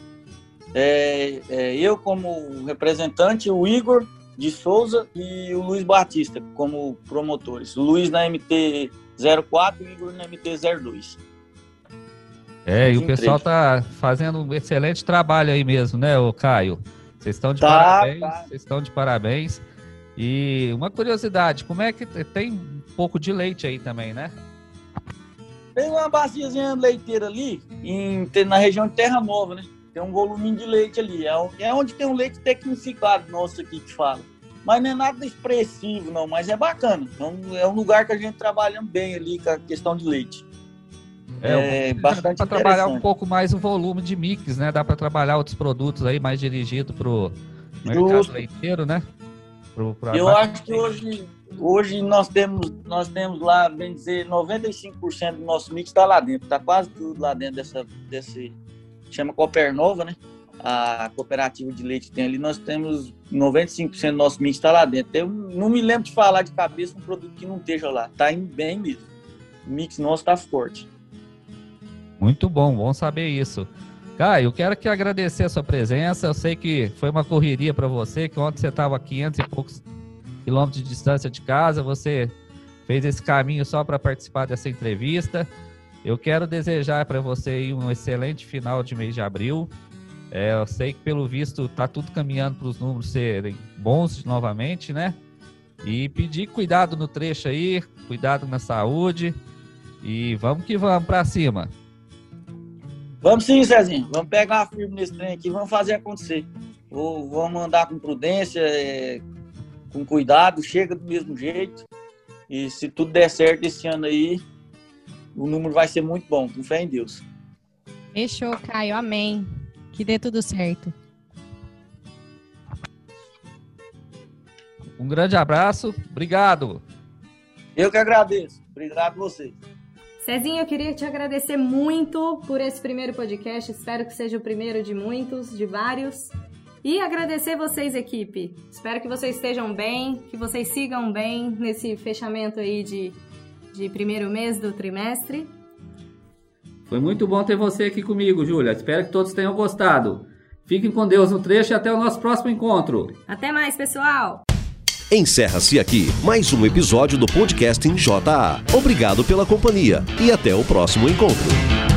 Eu como representante, o Igor de Souza e o Luiz Batista como promotores. O Luiz na MT-04 e o Igor na MT-02. E o pessoal tá fazendo um excelente trabalho aí mesmo, né, o Caio? Vocês estão de parabéns, vocês estão de parabéns. E uma curiosidade, como é que tem um pouco de leite aí também, né? Tem uma baciazinha leiteira ali, na região de Terra Nova, né? Tem um volume de leite ali. É onde tem um leite tecnificado nosso aqui que fala. Mas não é nada expressivo, não, mas é bacana. É um lugar que a gente trabalha bem ali com a questão de leite. Bastante para trabalhar um pouco mais o volume de mix, né? Dá para trabalhar outros produtos aí mais dirigido para o mercado leiteiro, né? Eu acho que hoje nós temos lá, bem dizer, 95% do nosso mix está lá dentro, está quase tudo lá dentro desse chama Copernova, né? A cooperativa de leite que tem ali, nós temos 95% do nosso mix está lá dentro. Eu não me lembro de falar de cabeça um produto que não esteja lá, está indo bem mesmo. O mix nosso está forte. Muito bom saber isso. Caio, eu quero aqui agradecer a sua presença. Eu sei que foi uma correria para você, que ontem você estava a 500 e poucos quilômetros de distância de casa, você fez esse caminho só para participar dessa entrevista. Eu quero desejar para você aí um excelente final de mês de abril. Eu sei que, pelo visto, está tudo caminhando para os números serem bons novamente, né? E pedir cuidado no trecho aí, cuidado na saúde. E vamos que vamos para cima. Vamos sim, Cezinho. Vamos pegar firme nesse trem aqui, vamos fazer acontecer. Vamos andar com prudência, com cuidado, chega do mesmo jeito. E se tudo der certo esse ano aí, o número vai ser muito bom, com fé em Deus. Fechou, Caio. Amém. Que dê tudo certo. Um grande abraço. Obrigado. Eu que agradeço. Obrigado a vocês. Cezinho, eu queria te agradecer muito por esse primeiro podcast. Espero que seja o primeiro de muitos, de vários. E agradecer vocês, equipe. Espero que vocês estejam bem, que vocês sigam bem nesse fechamento aí de primeiro mês do trimestre. Foi muito bom ter você aqui comigo, Júlia. Espero que todos tenham gostado. Fiquem com Deus no trecho e até o nosso próximo encontro. Até mais, pessoal! Encerra-se aqui mais um episódio do Podcasting JA. Obrigado pela companhia e até o próximo encontro.